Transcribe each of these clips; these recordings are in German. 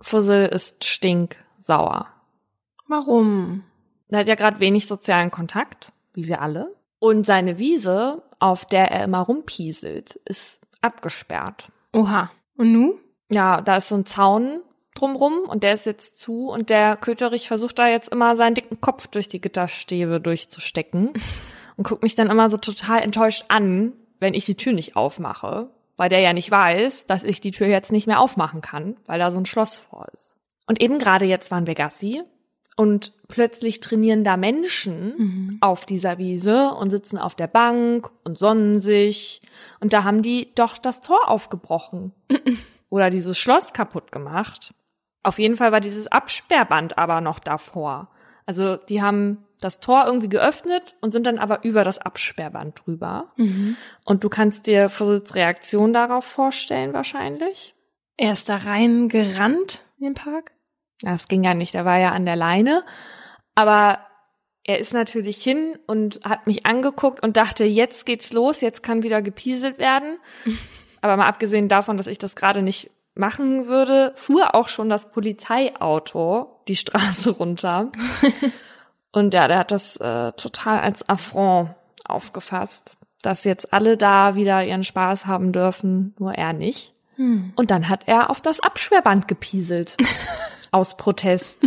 Fussel ist stinksauer. Warum? Er hat ja gerade wenig sozialen Kontakt, wie wir alle. Und seine Wiese, auf der er immer rumpieselt, ist abgesperrt. Oha. Und nu? Ja, da ist so ein Zaun drumrum und der ist jetzt zu und der Köterich versucht da jetzt immer seinen dicken Kopf durch die Gitterstäbe durchzustecken und guckt mich dann immer so total enttäuscht an, wenn ich die Tür nicht aufmache, weil der ja nicht weiß, dass ich die Tür jetzt nicht mehr aufmachen kann, weil da so ein Schloss vor ist. Und eben gerade jetzt waren wir Gassi und plötzlich trainieren da Menschen auf dieser Wiese und sitzen auf der Bank und sonnen sich und da haben die doch das Tor aufgebrochen oder dieses Schloss kaputt gemacht. Auf jeden Fall war dieses Absperrband aber noch davor. Also die haben das Tor irgendwie geöffnet und sind dann aber über das Absperrband drüber. Und du kannst dir Fussels Reaktion darauf vorstellen wahrscheinlich. Er ist da rein gerannt in den Park? Das ging ja nicht, der war ja an der Leine. Aber er ist natürlich hin und hat mich angeguckt und dachte, jetzt geht's los, jetzt kann wieder gepieselt werden. Aber mal abgesehen davon, dass ich das gerade nicht machen würde, fuhr auch schon das Polizeiauto die Straße runter. Und ja, der hat das total als Affront aufgefasst, dass jetzt alle da wieder ihren Spaß haben dürfen, nur er nicht. Und dann hat er auf das Absperrband gepieselt. Aus Protest.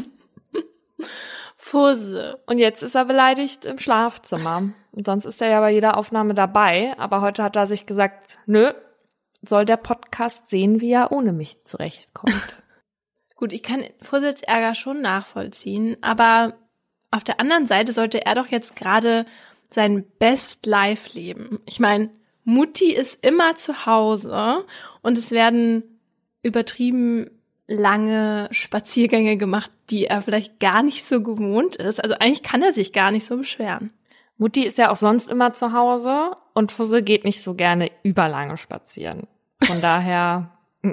Fussel. Und jetzt ist er beleidigt im Schlafzimmer. Und sonst ist er ja bei jeder Aufnahme dabei. Aber heute hat er sich gesagt, nö, soll der Podcast sehen, wie er ohne mich zurechtkommt. Gut, ich kann Fussels Ärger schon nachvollziehen, aber auf der anderen Seite sollte er doch jetzt gerade sein Best Life leben. Ich meine, Mutti ist immer zu Hause und es werden übertrieben lange Spaziergänge gemacht, die er vielleicht gar nicht so gewohnt ist. Also eigentlich kann er sich gar nicht so beschweren. Mutti ist ja auch sonst immer zu Hause und Fussel geht nicht so gerne überlange spazieren. Von daher,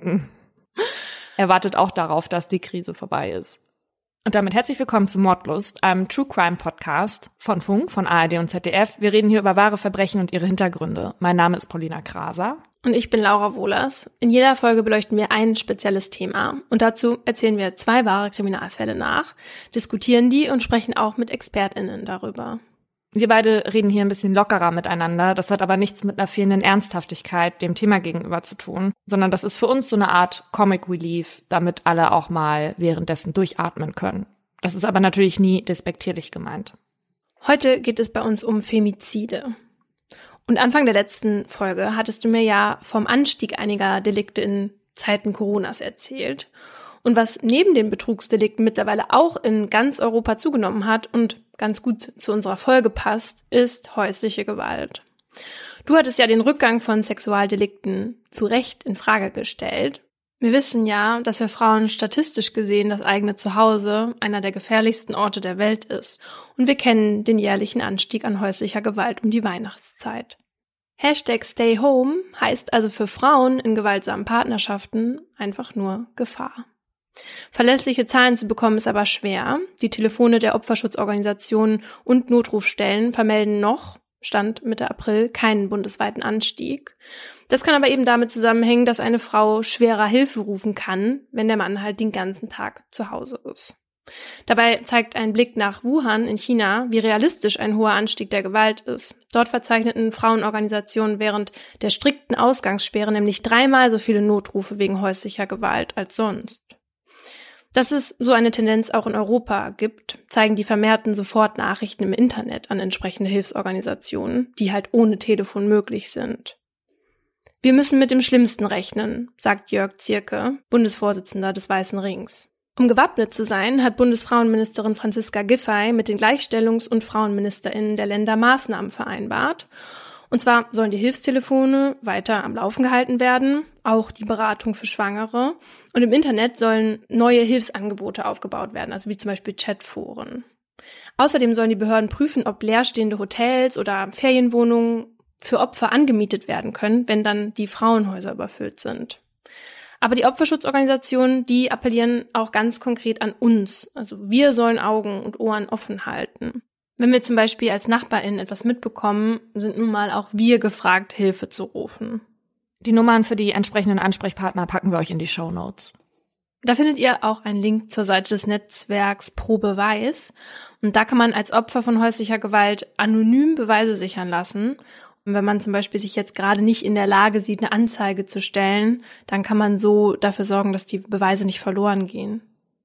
er wartet auch darauf, dass die Krise vorbei ist. Und damit herzlich willkommen zu Mordlust, einem True Crime Podcast von Funk, von ARD und ZDF. Wir reden hier über wahre Verbrechen und ihre Hintergründe. Mein Name ist Paulina Kraser. Und ich bin Laura Wohlers. In jeder Folge beleuchten wir ein spezielles Thema. Und dazu erzählen wir 2 wahre Kriminalfälle nach, diskutieren die und sprechen auch mit ExpertInnen darüber. Wir beide reden hier ein bisschen lockerer miteinander. Das hat aber nichts mit einer fehlenden Ernsthaftigkeit dem Thema gegenüber zu tun, sondern das ist für uns so eine Art Comic Relief, damit alle auch mal währenddessen durchatmen können. Das ist aber natürlich nie despektierlich gemeint. Heute geht es bei uns um Femizide. Und Anfang der letzten Folge hattest du mir ja vom Anstieg einiger Delikte in Zeiten Coronas erzählt. Und was neben den Betrugsdelikten mittlerweile auch in ganz Europa zugenommen hat und ganz gut zu unserer Folge passt, ist häusliche Gewalt. Du hattest ja den Rückgang von Sexualdelikten zu Recht in Frage gestellt. Wir wissen ja, dass für Frauen statistisch gesehen das eigene Zuhause einer der gefährlichsten Orte der Welt ist. Und wir kennen den jährlichen Anstieg an häuslicher Gewalt um die Weihnachtszeit. #StayHome heißt also für Frauen in gewaltsamen Partnerschaften einfach nur Gefahr. Verlässliche Zahlen zu bekommen ist aber schwer. Die Telefone der Opferschutzorganisationen und Notrufstellen vermelden noch, Stand Mitte April, keinen bundesweiten Anstieg. Das kann aber eben damit zusammenhängen, dass eine Frau schwerer Hilfe rufen kann, wenn der Mann halt den ganzen Tag zu Hause ist. Dabei zeigt ein Blick nach Wuhan in China, wie realistisch ein hoher Anstieg der Gewalt ist. Dort verzeichneten Frauenorganisationen während der strikten Ausgangssperre nämlich 3-mal so viele Notrufe wegen häuslicher Gewalt als sonst. Dass es so eine Tendenz auch in Europa gibt, zeigen die vermehrten Sofortnachrichten im Internet an entsprechende Hilfsorganisationen, die halt ohne Telefon möglich sind. Wir müssen mit dem Schlimmsten rechnen, sagt Jörg Zierke, Bundesvorsitzender des Weißen Rings. Um gewappnet zu sein, hat Bundesfrauenministerin Franziska Giffey mit den Gleichstellungs- und FrauenministerInnen der Länder Maßnahmen vereinbart. Und zwar sollen die Hilfstelefone weiter am Laufen gehalten werden, auch die Beratung für Schwangere. Und im Internet sollen neue Hilfsangebote aufgebaut werden, also wie zum Beispiel Chatforen. Außerdem sollen die Behörden prüfen, ob leerstehende Hotels oder Ferienwohnungen für Opfer angemietet werden können, wenn dann die Frauenhäuser überfüllt sind. Aber die Opferschutzorganisationen, die appellieren auch ganz konkret an uns. Also wir sollen Augen und Ohren offen halten. Wenn wir zum Beispiel als NachbarInnen etwas mitbekommen, sind nun mal auch wir gefragt, Hilfe zu rufen. Die Nummern für die entsprechenden Ansprechpartner packen wir euch in die Shownotes. Da findet ihr auch einen Link zur Seite des Netzwerks Pro Beweis. Und da kann man als Opfer von häuslicher Gewalt anonym Beweise sichern lassen. Und wenn man zum Beispiel sich jetzt gerade nicht in der Lage sieht, eine Anzeige zu stellen, dann kann man so dafür sorgen, dass die Beweise nicht verloren gehen.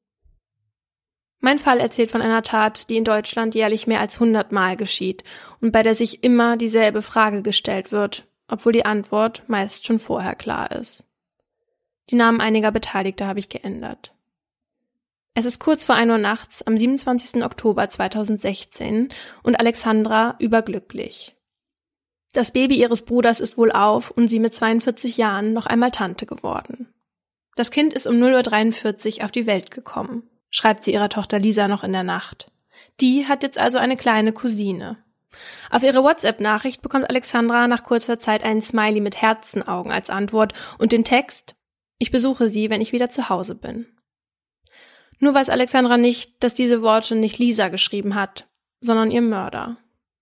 Mein Fall erzählt von einer Tat, die in Deutschland jährlich mehr als 100 Mal geschieht und bei der sich immer dieselbe Frage gestellt wird, obwohl die Antwort meist schon vorher klar ist. Die Namen einiger Beteiligter habe ich geändert. Es ist kurz vor 1 Uhr nachts am 27. Oktober 2016 und Alexandra überglücklich. Das Baby ihres Bruders ist wohlauf und sie mit 42 Jahren noch einmal Tante geworden. Das Kind ist um 0:43 Uhr auf die Welt gekommen, schreibt sie ihrer Tochter Lisa noch in der Nacht. Die hat jetzt also eine kleine Cousine. Auf ihre WhatsApp-Nachricht bekommt Alexandra nach kurzer Zeit einen Smiley mit Herzenaugen als Antwort und den Text: Ich besuche sie, wenn ich wieder zu Hause bin. Nur weiß Alexandra nicht, dass diese Worte nicht Lisa geschrieben hat, sondern ihr Mörder.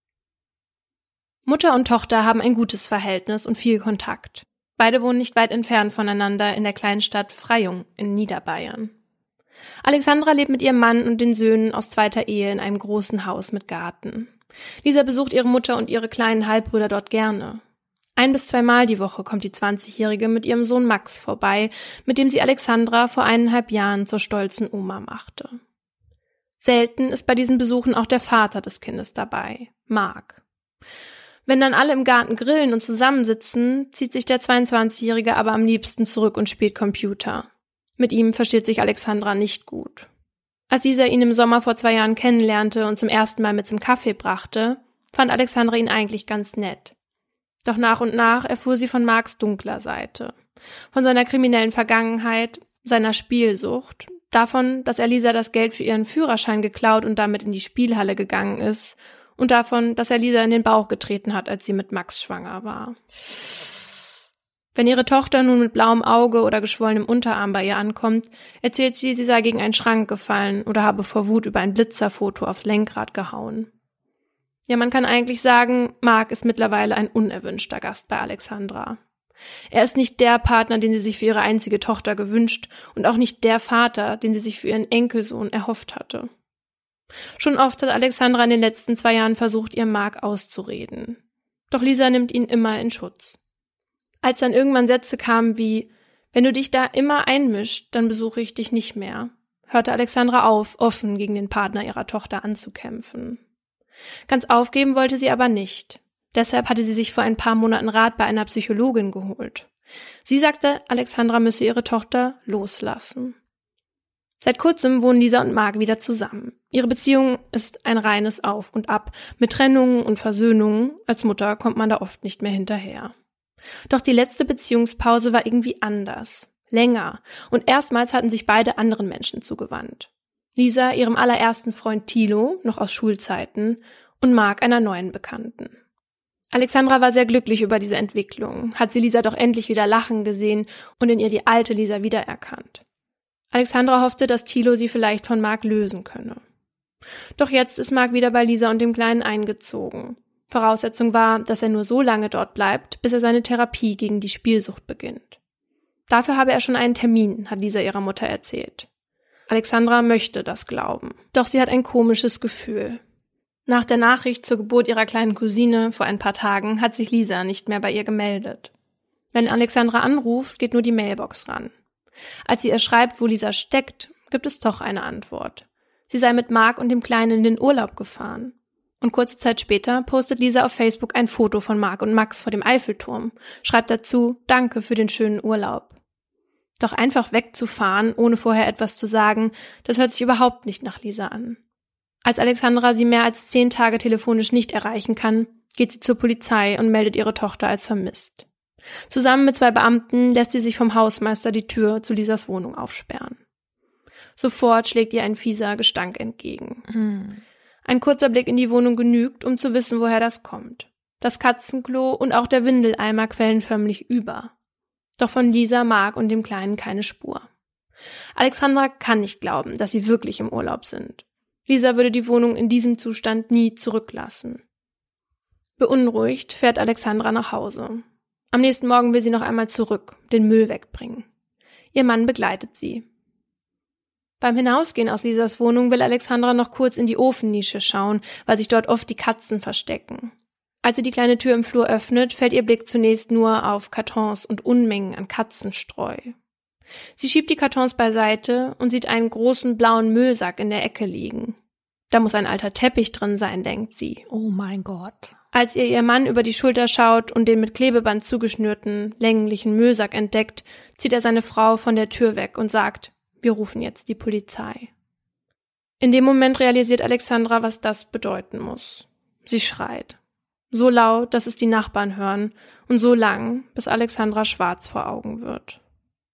Mutter und Tochter haben ein gutes Verhältnis und viel Kontakt. Beide wohnen nicht weit entfernt voneinander in der kleinen Stadt Freyung in Niederbayern. Alexandra lebt mit ihrem Mann und den Söhnen aus zweiter Ehe in einem großen Haus mit Garten. Lisa besucht ihre Mutter und ihre kleinen Halbbrüder dort gerne. 1 bis 2 Mal die Woche kommt die 20-Jährige mit ihrem Sohn Max vorbei, mit dem sie Alexandra vor 1,5 Jahren zur stolzen Oma machte. Selten ist bei diesen Besuchen auch der Vater des Kindes dabei, Marc. Wenn dann alle im Garten grillen und zusammensitzen, zieht sich der 22-Jährige aber am liebsten zurück und spielt Computer. Mit ihm versteht sich Alexandra nicht gut. Als Lisa ihn im Sommer vor 2 Jahren kennenlernte und zum ersten Mal mit zum Kaffee brachte, fand Alexandra ihn eigentlich ganz nett. Doch nach und nach erfuhr sie von Marcs dunkler Seite, von seiner kriminellen Vergangenheit, seiner Spielsucht, davon, dass er Lisa das Geld für ihren Führerschein geklaut und damit in die Spielhalle gegangen ist und davon, dass er Lisa in den Bauch getreten hat, als sie mit Max schwanger war. Wenn ihre Tochter nun mit blauem Auge oder geschwollenem Unterarm bei ihr ankommt, erzählt sie, sie sei gegen einen Schrank gefallen oder habe vor Wut über ein Blitzerfoto aufs Lenkrad gehauen. Ja, man kann eigentlich sagen, Marc ist mittlerweile ein unerwünschter Gast bei Alexandra. Er ist nicht der Partner, den sie sich für ihre einzige Tochter gewünscht und auch nicht der Vater, den sie sich für ihren Enkelsohn erhofft hatte. Schon oft hat Alexandra in den letzten 2 Jahren versucht, ihr Marc auszureden. Doch Lisa nimmt ihn immer in Schutz. Als dann irgendwann Sätze kamen wie: Wenn du dich da immer einmischst, dann besuche ich dich nicht mehr, hörte Alexandra auf, offen gegen den Partner ihrer Tochter anzukämpfen. Ganz aufgeben wollte sie aber nicht. Deshalb hatte sie sich vor ein paar Monaten Rat bei einer Psychologin geholt. Sie sagte, Alexandra müsse ihre Tochter loslassen. Seit kurzem wohnen Lisa und Marc wieder zusammen. Ihre Beziehung ist ein reines Auf und Ab, mit Trennungen und Versöhnungen. Als Mutter kommt man da oft nicht mehr hinterher. Doch die letzte Beziehungspause war irgendwie anders, länger, und erstmals hatten sich beide anderen Menschen zugewandt. Lisa ihrem allerersten Freund Thilo, noch aus Schulzeiten, und Marc einer neuen Bekannten. Alexandra war sehr glücklich über diese Entwicklung, hat sie Lisa doch endlich wieder lachen gesehen und in ihr die alte Lisa wiedererkannt. Alexandra hoffte, dass Thilo sie vielleicht von Marc lösen könne. Doch jetzt ist Marc wieder bei Lisa und dem Kleinen eingezogen. Voraussetzung war, dass er nur so lange dort bleibt, bis er seine Therapie gegen die Spielsucht beginnt. Dafür habe er schon einen Termin, hat Lisa ihrer Mutter erzählt. Alexandra möchte das glauben, doch sie hat ein komisches Gefühl. Nach der Nachricht zur Geburt ihrer kleinen Cousine vor ein paar Tagen hat sich Lisa nicht mehr bei ihr gemeldet. Wenn Alexandra anruft, geht nur die Mailbox ran. Als sie ihr schreibt, wo Lisa steckt, gibt es doch eine Antwort. Sie sei mit Marc und dem Kleinen in den Urlaub gefahren. Und kurze Zeit später postet Lisa auf Facebook ein Foto von Marc und Max vor dem Eiffelturm, schreibt dazu: Danke für den schönen Urlaub. Doch einfach wegzufahren, ohne vorher etwas zu sagen, das hört sich überhaupt nicht nach Lisa an. Als Alexandra sie mehr als 10 Tage telefonisch nicht erreichen kann, geht sie zur Polizei und meldet ihre Tochter als vermisst. Zusammen mit 2 Beamten lässt sie sich vom Hausmeister die Tür zu Lisas Wohnung aufsperren. Sofort schlägt ihr ein fieser Gestank entgegen. Ein kurzer Blick in die Wohnung genügt, um zu wissen, woher das kommt. Das Katzenklo und auch der Windeleimer quellen förmlich über. Doch von Lisa, Marc und dem Kleinen keine Spur. Alexandra kann nicht glauben, dass sie wirklich im Urlaub sind. Lisa würde die Wohnung in diesem Zustand nie zurücklassen. Beunruhigt fährt Alexandra nach Hause. Am nächsten Morgen will sie noch einmal zurück, den Müll wegbringen. Ihr Mann begleitet sie. Beim Hinausgehen aus Lisas Wohnung will Alexandra noch kurz in die Ofennische schauen, weil sich dort oft die Katzen verstecken. Als sie die kleine Tür im Flur öffnet, fällt ihr Blick zunächst nur auf Kartons und Unmengen an Katzenstreu. Sie schiebt die Kartons beiseite und sieht einen großen blauen Müllsack in der Ecke liegen. Da muss ein alter Teppich drin sein, denkt sie. Oh mein Gott. Als ihr Mann über die Schulter schaut und den mit Klebeband zugeschnürten, länglichen Müllsack entdeckt, zieht er seine Frau von der Tür weg und sagt: Wir rufen jetzt die Polizei. In dem Moment realisiert Alexandra, was das bedeuten muss. Sie schreit. So laut, dass es die Nachbarn hören, und so lang, bis Alexandra schwarz vor Augen wird.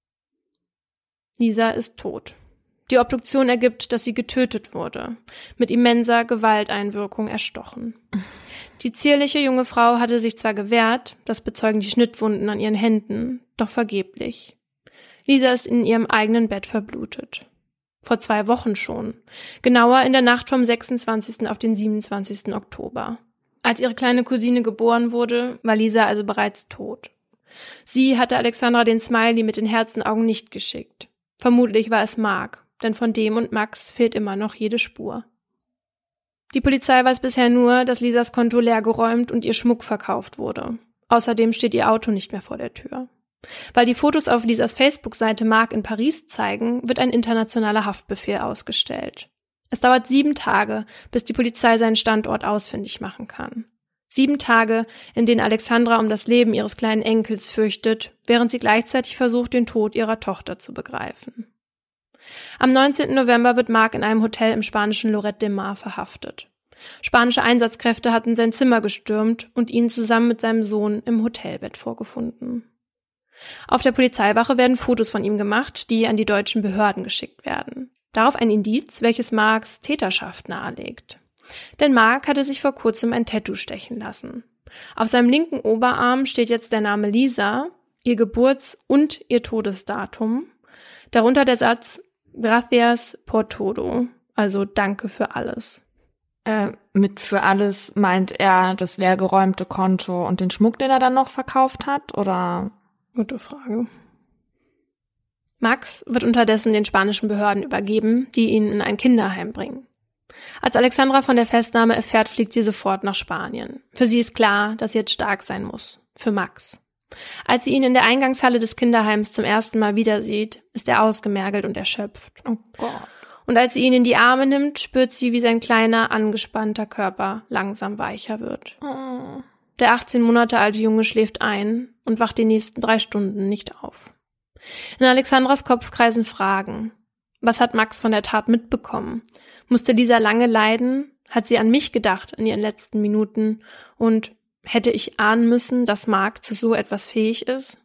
Lisa ist tot. Die Obduktion ergibt, dass sie getötet wurde, mit immenser Gewalteinwirkung erstochen. Die zierliche junge Frau hatte sich zwar gewehrt, das bezeugen die Schnittwunden an ihren Händen, doch vergeblich. Lisa ist in ihrem eigenen Bett verblutet. Vor 2 Wochen schon. Genauer in der Nacht vom 26. auf den 27. Oktober. Als ihre kleine Cousine geboren wurde, war Lisa also bereits tot. Sie hatte Alexandra den Smiley mit den Herzenaugen nicht geschickt. Vermutlich war es Mark, denn von dem und Max fehlt immer noch jede Spur. Die Polizei weiß bisher nur, dass Lisas Konto leergeräumt und ihr Schmuck verkauft wurde. Außerdem steht ihr Auto nicht mehr vor der Tür. Weil die Fotos auf Lisas Facebook-Seite Mark in Paris zeigen, wird ein internationaler Haftbefehl ausgestellt. Es dauert 7 Tage, bis die Polizei seinen Standort ausfindig machen kann. 7 Tage, in denen Alexandra um das Leben ihres kleinen Enkels fürchtet, während sie gleichzeitig versucht, den Tod ihrer Tochter zu begreifen. Am 19. November wird Mark in einem Hotel im spanischen Lloret de Mar verhaftet. Spanische Einsatzkräfte hatten sein Zimmer gestürmt und ihn zusammen mit seinem Sohn im Hotelbett vorgefunden. Auf der Polizeiwache werden Fotos von ihm gemacht, die an die deutschen Behörden geschickt werden. Darauf ein Indiz, welches Marks Täterschaft nahelegt. Denn Mark hatte sich vor kurzem ein Tattoo stechen lassen. Auf seinem linken Oberarm steht jetzt der Name Lisa, ihr Geburts- und ihr Todesdatum. Darunter der Satz Gracias por todo, also danke für alles. Mit für alles meint er das leergeräumte Konto und den Schmuck, den er dann noch verkauft hat, oder? Gute Frage. Max wird unterdessen den spanischen Behörden übergeben, die ihn in ein Kinderheim bringen. Als Alexandra von der Festnahme erfährt, fliegt sie sofort nach Spanien. Für sie ist klar, dass sie jetzt stark sein muss. Für Max. Als sie ihn in der Eingangshalle des Kinderheims zum ersten Mal wieder sieht, ist er ausgemergelt und erschöpft. Oh Gott. Und als sie ihn in die Arme nimmt, spürt sie, wie sein kleiner, angespannter Körper langsam weicher wird. Oh. Der 18 Monate alte Junge schläft ein und wacht die nächsten 3 Stunden nicht auf. In Alexandras Kopf kreisen Fragen. Was hat Max von der Tat mitbekommen? Musste Lisa lange leiden? Hat sie an mich gedacht in ihren letzten Minuten? Und hätte ich ahnen müssen, dass Mark zu so etwas fähig ist?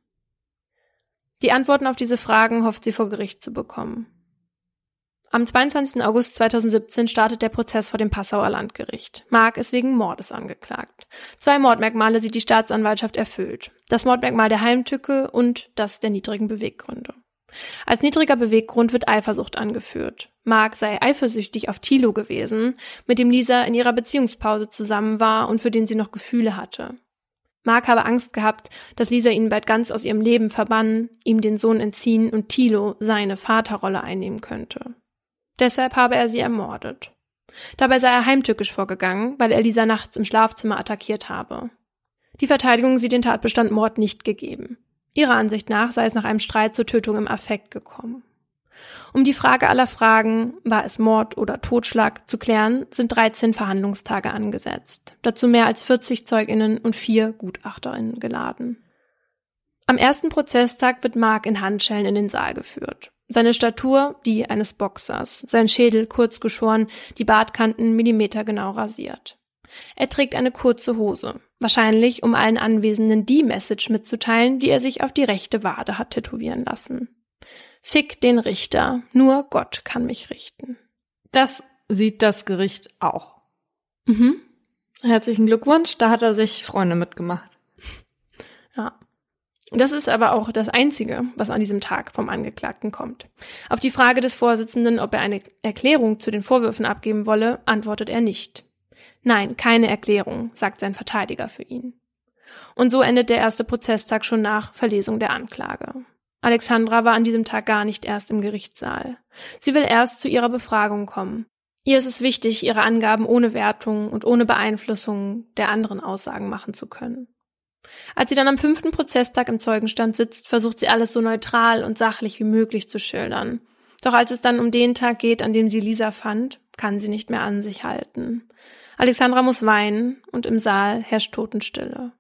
Die Antworten auf diese Fragen hofft sie vor Gericht zu bekommen. Am 22. August 2017 startet der Prozess vor dem Passauer Landgericht. Mark ist wegen Mordes angeklagt. 2 Mordmerkmale sieht die Staatsanwaltschaft erfüllt. Das Mordmerkmal der Heimtücke und das der niedrigen Beweggründe. Als niedriger Beweggrund wird Eifersucht angeführt. Mark sei eifersüchtig auf Thilo gewesen, mit dem Lisa in ihrer Beziehungspause zusammen war und für den sie noch Gefühle hatte. Mark habe Angst gehabt, dass Lisa ihn bald ganz aus ihrem Leben verbannen, ihm den Sohn entziehen und Thilo seine Vaterrolle einnehmen könnte. Deshalb habe er sie ermordet. Dabei sei er heimtückisch vorgegangen, weil er Lisa nachts im Schlafzimmer attackiert habe. Die Verteidigung sieht den Tatbestand Mord nicht gegeben. Ihrer Ansicht nach sei es nach einem Streit zur Tötung im Affekt gekommen. Um die Frage aller Fragen, war es Mord oder Totschlag, zu klären, sind 13 Verhandlungstage angesetzt. Dazu mehr als 40 ZeugInnen und 4 GutachterInnen geladen. Am ersten Prozesstag wird Mark in Handschellen in den Saal geführt. Seine Statur, die eines Boxers, sein Schädel kurz geschoren, die Bartkanten millimetergenau rasiert. Er trägt eine kurze Hose, wahrscheinlich um allen Anwesenden die Message mitzuteilen, die er sich auf die rechte Wade hat tätowieren lassen. Fick den Richter, nur Gott kann mich richten. Das sieht das Gericht auch. Mhm. Herzlichen Glückwunsch, da hat er sich Freunde mitgemacht. Ja. Und das ist aber auch das Einzige, was an diesem Tag vom Angeklagten kommt. Auf die Frage des Vorsitzenden, ob er eine Erklärung zu den Vorwürfen abgeben wolle, antwortet er nicht. Nein, keine Erklärung, sagt sein Verteidiger für ihn. Und so endet der erste Prozesstag schon nach Verlesung der Anklage. Alexandra war an diesem Tag gar nicht erst im Gerichtssaal. Sie will erst zu ihrer Befragung kommen. Ihr ist es wichtig, ihre Angaben ohne Wertung und ohne Beeinflussung der anderen Aussagen machen zu können. Als sie dann am 5. Prozesstag im Zeugenstand sitzt, versucht sie alles so neutral und sachlich wie möglich zu schildern. Doch als es dann um den Tag geht, an dem sie Lisa fand, kann sie nicht mehr an sich halten. Alexandra muss weinen und im Saal herrscht Totenstille.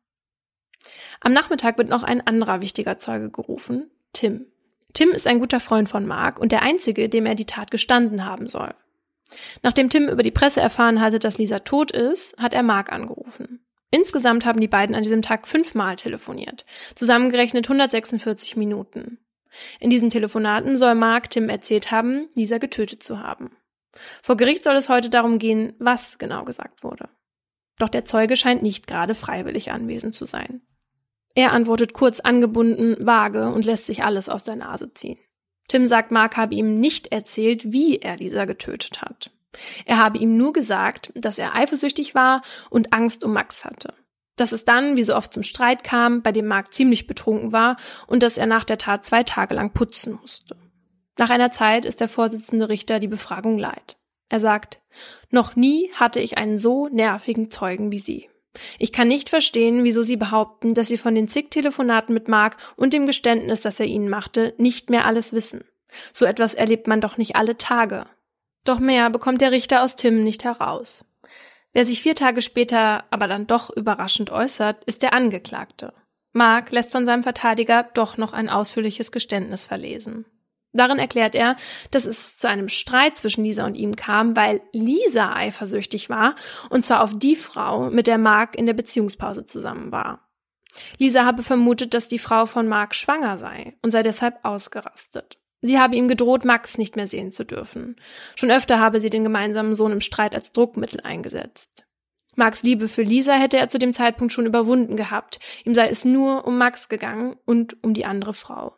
Am Nachmittag wird noch ein anderer wichtiger Zeuge gerufen, Tim. Tim ist ein guter Freund von Mark und der einzige, dem er die Tat gestanden haben soll. Nachdem Tim über die Presse erfahren hatte, dass Lisa tot ist, hat er Mark angerufen. Insgesamt haben die beiden an diesem Tag 5-mal telefoniert, zusammengerechnet 146 Minuten. In diesen Telefonaten soll Mark Tim erzählt haben, Lisa getötet zu haben. Vor Gericht soll es heute darum gehen, was genau gesagt wurde. Doch der Zeuge scheint nicht gerade freiwillig anwesend zu sein. Er antwortet kurz angebunden, vage und lässt sich alles aus der Nase ziehen. Tim sagt, Mark habe ihm nicht erzählt, wie er Lisa getötet hat. Er habe ihm nur gesagt, dass er eifersüchtig war und Angst um Max hatte. Dass es dann, wie so oft, zum Streit kam, bei dem Mark ziemlich betrunken war und dass er nach der Tat 2 Tage lang putzen musste. Nach einer Zeit ist der Vorsitzende Richter die Befragung leid. Er sagt, noch nie hatte ich einen so nervigen Zeugen wie Sie. Ich kann nicht verstehen, wieso Sie behaupten, dass Sie von den zig Telefonaten mit Mark und dem Geständnis, das er Ihnen machte, nicht mehr alles wissen. So etwas erlebt man doch nicht alle Tage. Doch mehr bekommt der Richter aus Tim nicht heraus. Wer sich 4 Tage später aber dann doch überraschend äußert, ist der Angeklagte. Mark lässt von seinem Verteidiger doch noch ein ausführliches Geständnis verlesen. Darin erklärt er, dass es zu einem Streit zwischen Lisa und ihm kam, weil Lisa eifersüchtig war, und zwar auf die Frau, mit der Mark in der Beziehungspause zusammen war. Lisa habe vermutet, dass die Frau von Mark schwanger sei und sei deshalb ausgerastet. Sie habe ihm gedroht, Max nicht mehr sehen zu dürfen. Schon öfter habe sie den gemeinsamen Sohn im Streit als Druckmittel eingesetzt. Marks Liebe für Lisa hätte er zu dem Zeitpunkt schon überwunden gehabt. Ihm sei es nur um Max gegangen und um die andere Frau.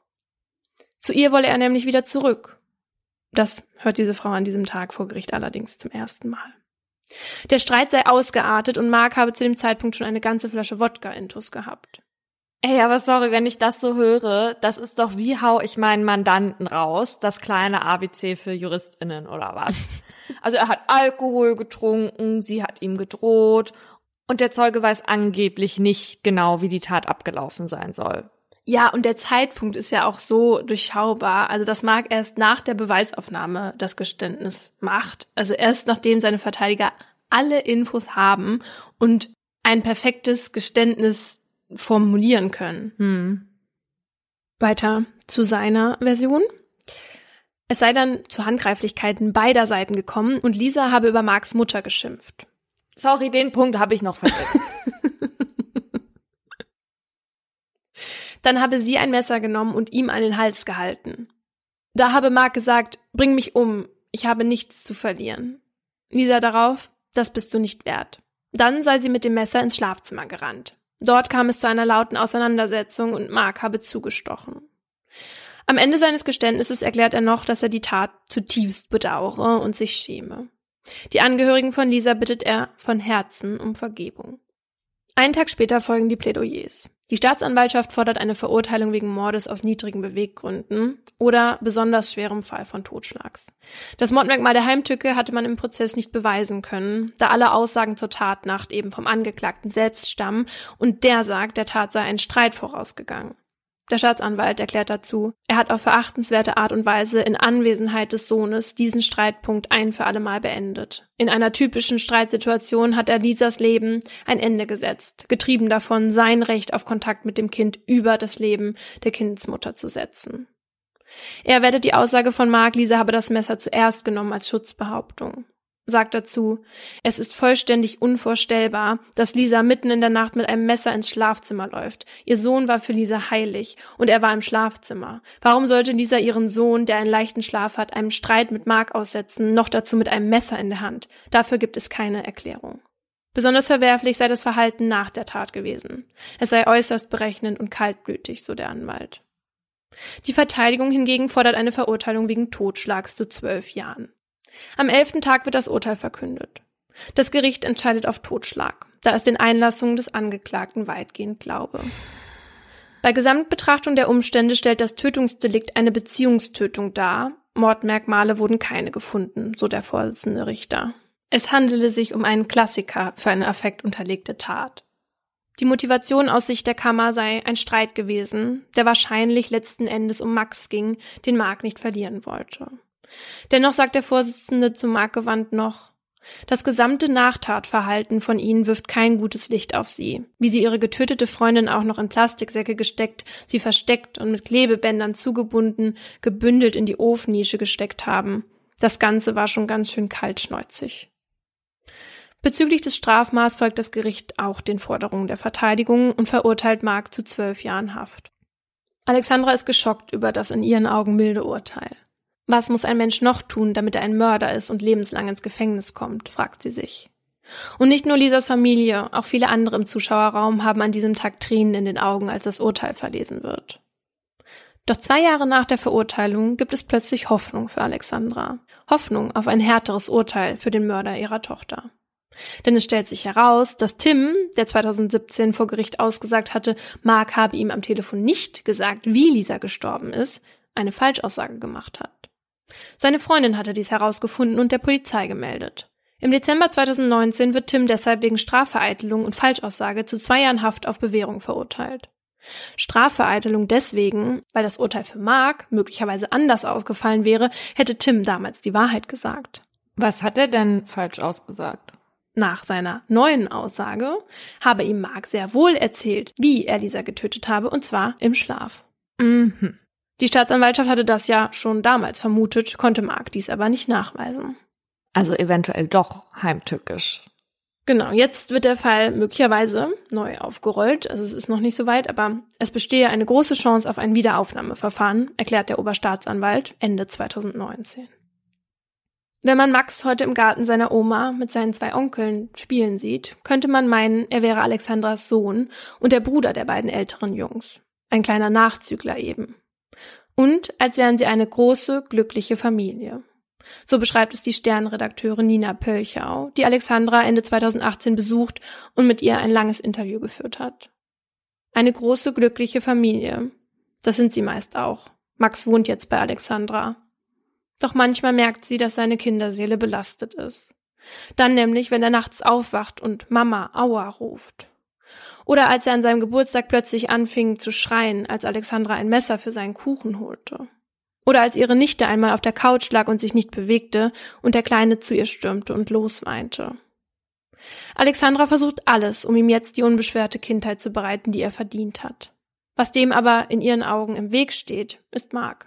Zu ihr wolle er nämlich wieder zurück. Das hört diese Frau an diesem Tag vor Gericht allerdings zum ersten Mal. Der Streit sei ausgeartet und Mark habe zu dem Zeitpunkt schon eine ganze Flasche Wodka intus gehabt. Ey, aber sorry, wenn ich das so höre, das ist doch, wie hau ich meinen Mandanten raus, das kleine ABC für JuristInnen oder was? Also er hat Alkohol getrunken, sie hat ihm gedroht und der Zeuge weiß angeblich nicht genau, wie die Tat abgelaufen sein soll. Ja, und der Zeitpunkt ist ja auch so durchschaubar, also dass Mark erst nach der Beweisaufnahme das Geständnis macht, also erst nachdem seine Verteidiger alle Infos haben und ein perfektes Geständnis formulieren können. Weiter zu seiner Version. Es sei dann zu Handgreiflichkeiten beider Seiten gekommen und Lisa habe über Marks Mutter geschimpft. Sorry, den Punkt habe ich noch vergessen. Dann habe sie ein Messer genommen und ihm an den Hals gehalten. Da habe Mark gesagt, bring mich um, ich habe nichts zu verlieren. Lisa darauf, das bist du nicht wert. Dann sei sie mit dem Messer ins Schlafzimmer gerannt. Dort kam es zu einer lauten Auseinandersetzung und Mark habe zugestochen. Am Ende seines Geständnisses erklärt er noch, dass er die Tat zutiefst bedauere und sich schäme. Die Angehörigen von Lisa bittet er von Herzen um Vergebung. Einen Tag später folgen die Plädoyers. Die Staatsanwaltschaft fordert eine Verurteilung wegen Mordes aus niedrigen Beweggründen oder besonders schwerem Fall von Totschlags. Das Mordmerkmal der Heimtücke hatte man im Prozess nicht beweisen können, da alle Aussagen zur Tatnacht eben vom Angeklagten selbst stammen und der sagt, der Tat sei ein Streit vorausgegangen. Der Staatsanwalt erklärt dazu, er hat auf verachtenswerte Art und Weise in Anwesenheit des Sohnes diesen Streitpunkt ein für alle Mal beendet. In einer typischen Streitsituation hat er Lisas Leben ein Ende gesetzt, getrieben davon, sein Recht auf Kontakt mit dem Kind über das Leben der Kindesmutter zu setzen. Er wertet die Aussage von Mark, Lisa habe das Messer zuerst genommen als Schutzbehauptung. Sagt dazu, es ist vollständig unvorstellbar, dass Lisa mitten in der Nacht mit einem Messer ins Schlafzimmer läuft. Ihr Sohn war für Lisa heilig und er war im Schlafzimmer. Warum sollte Lisa ihren Sohn, der einen leichten Schlaf hat, einem Streit mit Mark aussetzen, noch dazu mit einem Messer in der Hand? Dafür gibt es keine Erklärung. Besonders verwerflich sei das Verhalten nach der Tat gewesen. Es sei äußerst berechnend und kaltblütig, so der Anwalt. Die Verteidigung hingegen fordert eine Verurteilung wegen Totschlags zu 12 Jahren. Am 11. Tag wird das Urteil verkündet. Das Gericht entscheidet auf Totschlag, da es den Einlassungen des Angeklagten weitgehend glaube. Bei Gesamtbetrachtung der Umstände stellt das Tötungsdelikt eine Beziehungstötung dar. Mordmerkmale wurden keine gefunden, so der Vorsitzende Richter. Es handele sich um einen Klassiker für eine affektunterlegte Tat. Die Motivation aus Sicht der Kammer sei ein Streit gewesen, der wahrscheinlich letzten Endes um Max ging, den Mark nicht verlieren wollte. Dennoch sagt der Vorsitzende zu Mark gewandt noch: Das gesamte Nachtatverhalten von ihnen wirft kein gutes Licht auf sie. Wie sie ihre getötete Freundin auch noch in Plastiksäcke gesteckt, sie versteckt und mit Klebebändern zugebunden, gebündelt in die Ofennische gesteckt haben. Das Ganze war schon ganz schön kaltschnäuzig. Bezüglich des Strafmaßs folgt das Gericht auch den Forderungen der Verteidigung und verurteilt Mark zu 12 Jahren Haft. Alexandra ist geschockt über das in ihren Augen milde Urteil. Was muss ein Mensch noch tun, damit er ein Mörder ist und lebenslang ins Gefängnis kommt, fragt sie sich. Und nicht nur Lisas Familie, auch viele andere im Zuschauerraum haben an diesem Tag Tränen in den Augen, als das Urteil verlesen wird. Doch 2 Jahre nach der Verurteilung gibt es plötzlich Hoffnung für Alexandra. Hoffnung auf ein härteres Urteil für den Mörder ihrer Tochter. Denn es stellt sich heraus, dass Tim, der 2017 vor Gericht ausgesagt hatte, Mark habe ihm am Telefon nicht gesagt, wie Lisa gestorben ist, eine Falschaussage gemacht hat. Seine Freundin hatte dies herausgefunden und der Polizei gemeldet. Im Dezember 2019 wird Tim deshalb wegen Strafvereitelung und Falschaussage zu 2 Jahren Haft auf Bewährung verurteilt. Strafvereitelung deswegen, weil das Urteil für Mark möglicherweise anders ausgefallen wäre, hätte Tim damals die Wahrheit gesagt. Was hat er denn falsch ausgesagt? Nach seiner neuen Aussage habe ihm Mark sehr wohl erzählt, wie er Lisa getötet habe, und zwar im Schlaf. Mhm. Die Staatsanwaltschaft hatte das ja schon damals vermutet, konnte Mark dies aber nicht nachweisen. Also eventuell doch heimtückisch. Genau, jetzt wird der Fall möglicherweise neu aufgerollt, also es ist noch nicht so weit, aber es bestehe eine große Chance auf ein Wiederaufnahmeverfahren, erklärt der Oberstaatsanwalt Ende 2019. Wenn man Max heute im Garten seiner Oma mit seinen 2 Onkeln spielen sieht, könnte man meinen, er wäre Alexandras Sohn und der Bruder der beiden älteren Jungs. Ein kleiner Nachzügler eben. Und als wären sie eine große, glückliche Familie. So beschreibt es die Stern-Redakteurin Nina Pölchau, die Alexandra Ende 2018 besucht und mit ihr ein langes Interview geführt hat. Eine große, glückliche Familie. Das sind sie meist auch. Max wohnt jetzt bei Alexandra. Doch manchmal merkt sie, dass seine Kinderseele belastet ist. Dann nämlich, wenn er nachts aufwacht und Mama, Aua ruft. Oder als er an seinem Geburtstag plötzlich anfing zu schreien, als Alexandra ein Messer für seinen Kuchen holte. Oder als ihre Nichte einmal auf der Couch lag und sich nicht bewegte und der Kleine zu ihr stürmte und losweinte. Alexandra versucht alles, um ihm jetzt die unbeschwerte Kindheit zu bereiten, die er verdient hat. Was dem aber in ihren Augen im Weg steht, ist Mark.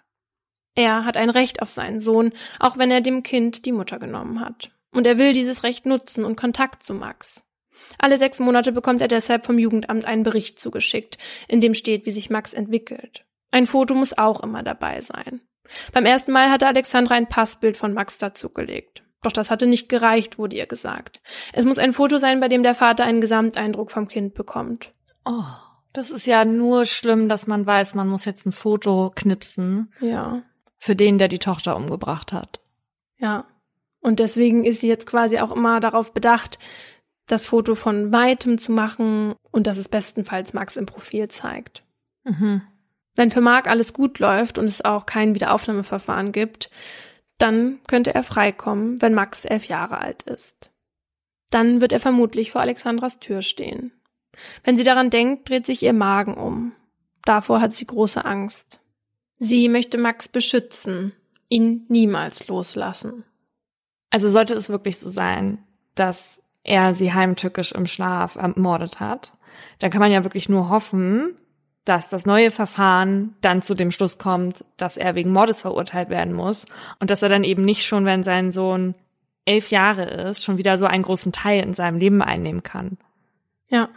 Er hat ein Recht auf seinen Sohn, auch wenn er dem Kind die Mutter genommen hat. Und er will dieses Recht nutzen und Kontakt zu Max. Alle 6 Monate bekommt er deshalb vom Jugendamt einen Bericht zugeschickt, in dem steht, wie sich Max entwickelt. Ein Foto muss auch immer dabei sein. Beim ersten Mal hatte Alexandra ein Passbild von Max dazugelegt. Doch das hatte nicht gereicht, wurde ihr gesagt. Es muss ein Foto sein, bei dem der Vater einen Gesamteindruck vom Kind bekommt. Oh, das ist ja nur schlimm, dass man weiß, man muss jetzt ein Foto knipsen. Ja. Für den, der die Tochter umgebracht hat. Ja. Und deswegen ist sie jetzt quasi auch immer darauf bedacht, das Foto von Weitem zu machen und dass es bestenfalls Max im Profil zeigt. Mhm. Wenn für Mark alles gut läuft und es auch kein Wiederaufnahmeverfahren gibt, dann könnte er freikommen, wenn Max 11 Jahre alt ist. Dann wird er vermutlich vor Alexandras Tür stehen. Wenn sie daran denkt, dreht sich ihr Magen um. Davor hat sie große Angst. Sie möchte Max beschützen, ihn niemals loslassen. Also sollte es wirklich so sein, dass er sie heimtückisch im Schlaf ermordet hat, dann kann man ja wirklich nur hoffen, dass das neue Verfahren dann zu dem Schluss kommt, dass er wegen Mordes verurteilt werden muss und dass er dann eben nicht schon, wenn sein Sohn 11 Jahre ist, schon wieder so einen großen Teil in seinem Leben einnehmen kann. Ja,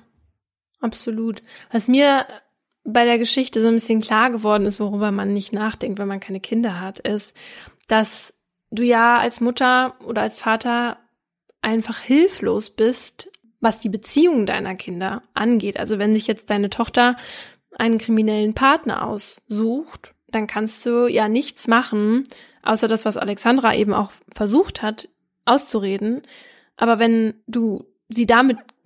absolut. Was mir bei der Geschichte so ein bisschen klar geworden ist, worüber man nicht nachdenkt, wenn man keine Kinder hat, ist, dass du ja als Mutter oder als Vater einfach hilflos bist, was die Beziehung deiner Kinder angeht. Also wenn sich jetzt deine Tochter einen kriminellen Partner aussucht, dann kannst du ja nichts machen, außer das, was Alexandra eben auch versucht hat, auszureden. Aber wenn du sie damit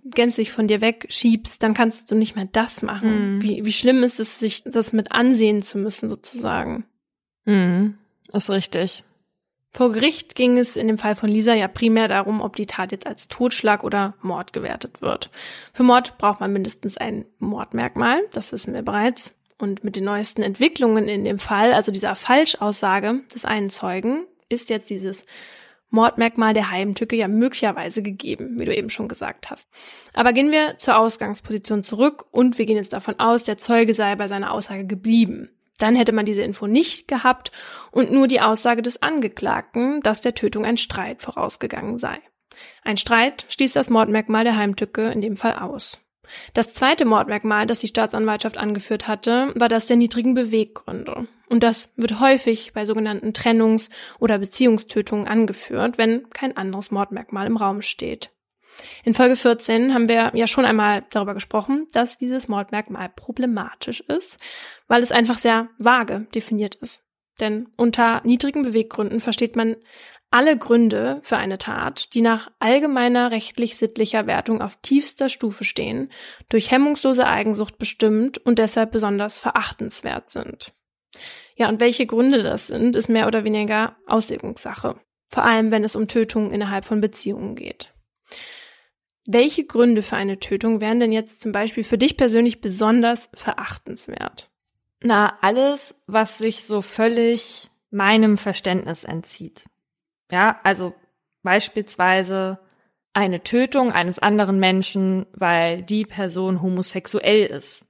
gänzlich von dir wegschiebst, dann kannst du nicht mehr das machen. Wie schlimm ist es, sich das mit ansehen zu müssen, sozusagen. Ist richtig. Vor Gericht ging es in dem Fall von Lisa ja primär darum, ob die Tat jetzt als Totschlag oder Mord gewertet wird. Für Mord braucht man mindestens ein Mordmerkmal, das wissen wir bereits. Und mit den neuesten Entwicklungen in dem Fall, also dieser Falschaussage des einen Zeugen, ist jetzt dieses Mordmerkmal der Heimtücke ja möglicherweise gegeben, wie du eben schon gesagt hast. Aber gehen wir zur Ausgangsposition zurück und wir gehen jetzt davon aus, der Zeuge sei bei seiner Aussage geblieben. Dann hätte man diese Info nicht gehabt und nur die Aussage des Angeklagten, dass der Tötung ein Streit vorausgegangen sei. Ein Streit schließt das Mordmerkmal der Heimtücke in dem Fall aus. Das zweite Mordmerkmal, das die Staatsanwaltschaft angeführt hatte, war das der niedrigen Beweggründe. Und das wird häufig bei sogenannten Trennungs- oder Beziehungstötungen angeführt, wenn kein anderes Mordmerkmal im Raum steht. In Folge 14 haben wir ja schon einmal darüber gesprochen, dass dieses Mordmerkmal problematisch ist, weil es einfach sehr vage definiert ist. Denn unter niedrigen Beweggründen versteht man alle Gründe für eine Tat, die nach allgemeiner rechtlich-sittlicher Wertung auf tiefster Stufe stehen, durch hemmungslose Eigensucht bestimmt und deshalb besonders verachtenswert sind. Ja, und welche Gründe das sind, ist mehr oder weniger Auslegungssache. Vor allem, wenn es um Tötungen innerhalb von Beziehungen geht. Welche Gründe für eine Tötung wären denn jetzt zum Beispiel für dich persönlich besonders verachtenswert? Na, alles, was sich so völlig meinem Verständnis entzieht. Ja, also beispielsweise eine Tötung eines anderen Menschen, weil die Person homosexuell ist.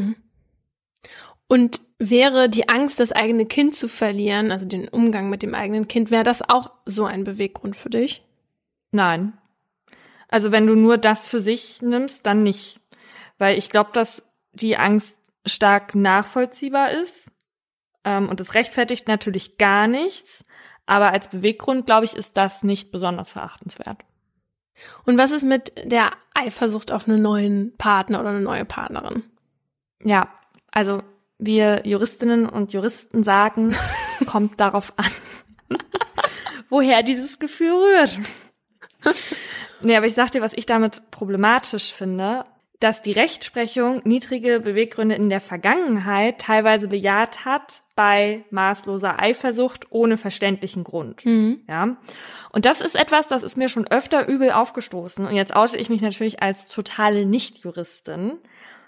Und wäre die Angst, das eigene Kind zu verlieren, also den Umgang mit dem eigenen Kind, wäre das auch so ein Beweggrund für dich? Nein. Also wenn du nur das für sich nimmst, dann nicht. Weil ich glaube, dass die Angst stark nachvollziehbar ist. Und es rechtfertigt natürlich gar nichts. Aber als Beweggrund, glaube ich, ist das nicht besonders verachtenswert. Und was ist mit der Eifersucht auf einen neuen Partner oder eine neue Partnerin? Ja, also wir Juristinnen und Juristen sagen, es kommt darauf an, woher dieses Gefühl rührt. Nee, aber ich sag dir, was ich damit problematisch finde, dass die Rechtsprechung niedrige Beweggründe in der Vergangenheit teilweise bejaht hat bei maßloser Eifersucht ohne verständlichen Grund. Ja. Und das ist etwas, das ist mir schon öfter übel aufgestoßen. Und jetzt oute ich mich natürlich als totale Nicht-Juristin.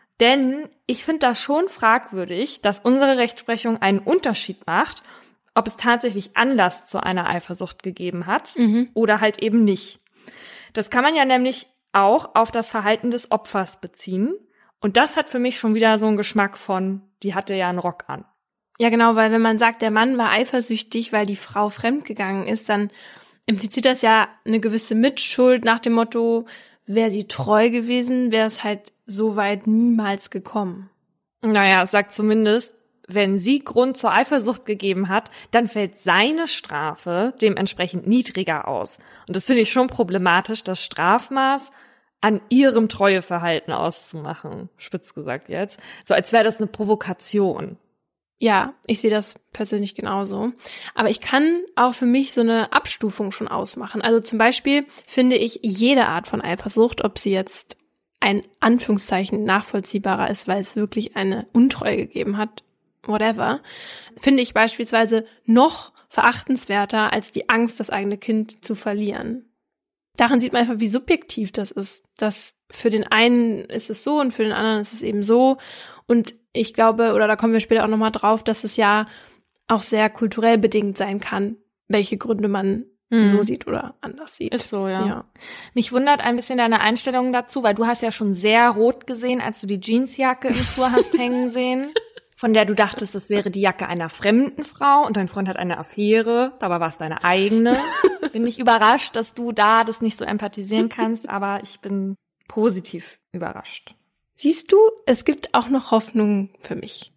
Denn ich finde das schon fragwürdig, dass unsere Rechtsprechung einen Unterschied macht, ob es tatsächlich Anlass zu einer Eifersucht gegeben hat oder halt eben nicht. Das kann man ja nämlich auch auf das Verhalten des Opfers beziehen. Und das hat für mich schon wieder so einen Geschmack von, die hatte ja einen Rock an. Ja, genau, weil wenn man sagt, der Mann war eifersüchtig, weil die Frau fremdgegangen ist, dann impliziert das ja eine gewisse Mitschuld nach dem Motto, wäre sie treu gewesen, wäre es halt so weit niemals gekommen. Naja, es sagt zumindest, wenn sie Grund zur Eifersucht gegeben hat, dann fällt seine Strafe dementsprechend niedriger aus. Und das finde ich schon problematisch, das Strafmaß an ihrem Treueverhalten auszumachen, spitz gesagt jetzt. So als wäre das eine Provokation. Ja, ich sehe das persönlich genauso. Aber ich kann auch für mich so eine Abstufung schon ausmachen. Also zum Beispiel finde ich jede Art von Eifersucht, ob sie jetzt ein Anführungszeichen nachvollziehbarer ist, weil es wirklich eine Untreue gegeben hat, whatever, finde ich beispielsweise noch verachtenswerter als die Angst, das eigene Kind zu verlieren. Daran sieht man einfach, wie subjektiv das ist. Dass für den einen ist es so und für den anderen ist es eben so. Und ich glaube, oder da kommen wir später auch nochmal drauf, dass es ja auch sehr kulturell bedingt sein kann, welche Gründe man so sieht oder anders sieht. Ist so, ja. Mich wundert ein bisschen deine Einstellung dazu, weil du hast ja schon sehr rot gesehen, als du die Jeansjacke im Flur hast hängen sehen, von der du dachtest, das wäre die Jacke einer fremden Frau und dein Freund hat eine Affäre, dabei war es deine eigene. Bin ich überrascht, dass du da das nicht so empathisieren kannst, aber ich bin positiv überrascht. Siehst du, es gibt auch noch Hoffnung für mich.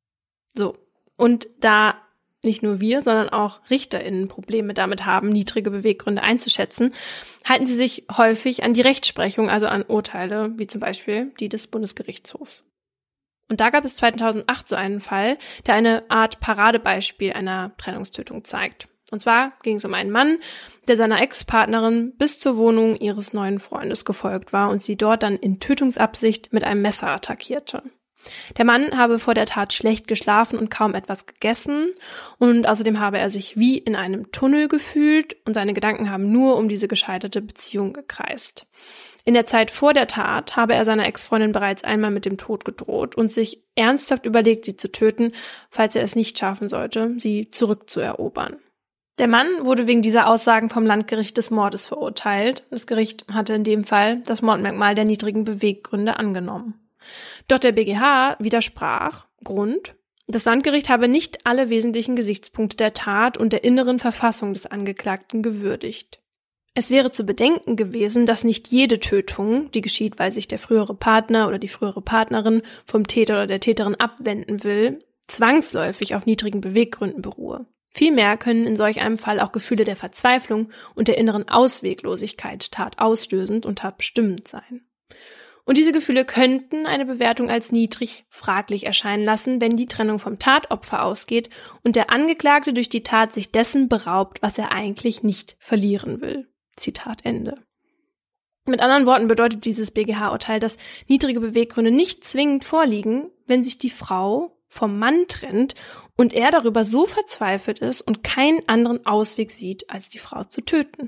So, und da nicht nur wir, sondern auch RichterInnen Probleme damit haben, niedrige Beweggründe einzuschätzen, halten sie sich häufig an die Rechtsprechung, also an Urteile, wie zum Beispiel die des Bundesgerichtshofs. Und da gab es 2008 so einen Fall, der eine Art Paradebeispiel einer Trennungstötung zeigt. Und zwar ging es um einen Mann, der seiner Ex-Partnerin bis zur Wohnung ihres neuen Freundes gefolgt war und sie dort dann in Tötungsabsicht mit einem Messer attackierte. Der Mann habe vor der Tat schlecht geschlafen und kaum etwas gegessen und außerdem habe er sich wie in einem Tunnel gefühlt und seine Gedanken haben nur um diese gescheiterte Beziehung gekreist. In der Zeit vor der Tat habe er seiner Ex-Freundin bereits einmal mit dem Tod gedroht und sich ernsthaft überlegt, sie zu töten, falls er es nicht schaffen sollte, sie zurückzuerobern. Der Mann wurde wegen dieser Aussagen vom Landgericht des Mordes verurteilt. Das Gericht hatte in dem Fall das Mordmerkmal der niedrigen Beweggründe angenommen. Doch der BgH widersprach. Grund: Das Landgericht habe nicht alle wesentlichen Gesichtspunkte der Tat und der inneren Verfassung des Angeklagten gewürdigt. Es wäre zu bedenken gewesen, dass nicht jede Tötung, die geschieht, weil sich der frühere Partner oder die frühere Partnerin vom Täter oder der Täterin abwenden will, zwangsläufig auf niedrigen Beweggründen beruhe. Vielmehr können in solch einem Fall auch Gefühle der Verzweiflung und der inneren Ausweglosigkeit tatauslösend und tatbestimmend sein. Und diese Gefühle könnten eine Bewertung als niedrig fraglich erscheinen lassen, wenn die Trennung vom Tatopfer ausgeht und der Angeklagte durch die Tat sich dessen beraubt, was er eigentlich nicht verlieren will. Zitat Ende. Mit anderen Worten bedeutet dieses BgH-Urteil, dass niedrige Beweggründe nicht zwingend vorliegen, wenn sich die Frau vom Mann trennt und er darüber so verzweifelt ist und keinen anderen Ausweg sieht, als die Frau zu töten.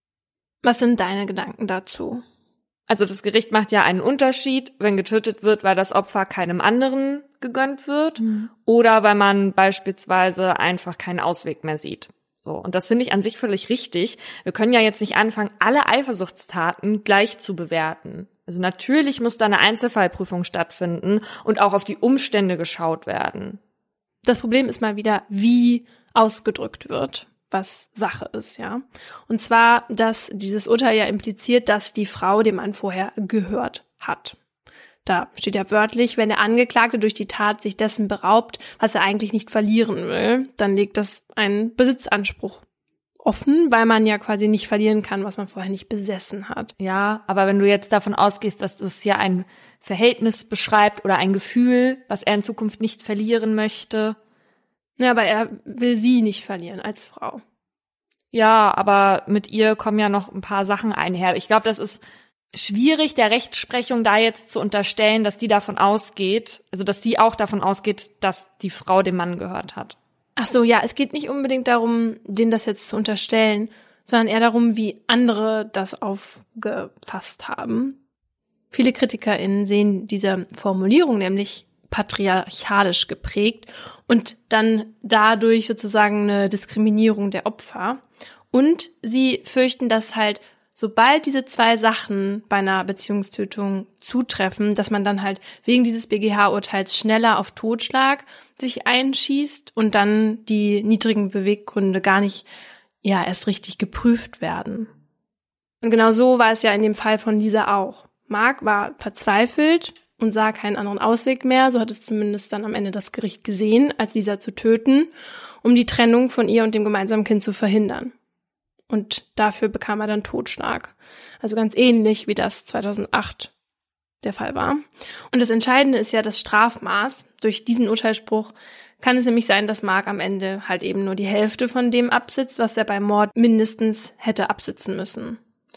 Was sind deine Gedanken dazu? Also das Gericht macht ja einen Unterschied, wenn getötet wird, weil das Opfer keinem anderen gegönnt wird oder weil man beispielsweise einfach keinen Ausweg mehr sieht. So, und das finde ich an sich völlig richtig. Wir können ja jetzt nicht anfangen, alle Eifersuchtstaten gleich zu bewerten. Also natürlich muss da eine Einzelfallprüfung stattfinden und auch auf die Umstände geschaut werden. Das Problem ist mal wieder, wie ausgedrückt wird, was Sache ist, ja. Und zwar, dass dieses Urteil ja impliziert, dass die Frau dem Mann vorher gehört hat. Da steht ja wörtlich, wenn der Angeklagte durch die Tat sich dessen beraubt, was er eigentlich nicht verlieren will, dann legt das einen Besitzanspruch offen, weil man ja quasi nicht verlieren kann, was man vorher nicht besessen hat. Ja, aber wenn du jetzt davon ausgehst, dass das hier ein Verhältnis beschreibt oder ein Gefühl, was er in Zukunft nicht verlieren möchte. Ja, aber er will sie nicht verlieren als Frau. Ja, aber mit ihr kommen ja noch ein paar Sachen einher. Ich glaube, das ist schwierig, der Rechtsprechung da jetzt zu unterstellen, dass die davon ausgeht, also dass die auch davon ausgeht, dass die Frau dem Mann gehört hat. Ach so, ja, es geht nicht unbedingt darum, denen das jetzt zu unterstellen, sondern eher darum, wie andere das aufgefasst haben. Viele KritikerInnen sehen diese Formulierung nämlich patriarchalisch geprägt und dann dadurch sozusagen eine Diskriminierung der Opfer. Und sie fürchten, dass halt sobald diese zwei Sachen bei einer Beziehungstötung zutreffen, dass man dann halt wegen dieses BgH-Urteils schneller auf Totschlag sich einschießt und dann die niedrigen Beweggründe gar nicht erst richtig geprüft werden. Und genau so war es ja in dem Fall von Lisa auch. Mark war verzweifelt und sah keinen anderen Ausweg mehr, so hat es zumindest dann am Ende das Gericht gesehen, als Lisa zu töten, um die Trennung von ihr und dem gemeinsamen Kind zu verhindern. Und dafür bekam er dann Totschlag. Also ganz ähnlich, wie das 2008 der Fall war. Und das Entscheidende ist ja das Strafmaß. Durch diesen Urteilsspruch kann es nämlich sein, dass Mark am Ende halt eben nur die Hälfte von dem absitzt, was er beim Mord mindestens hätte absitzen müssen.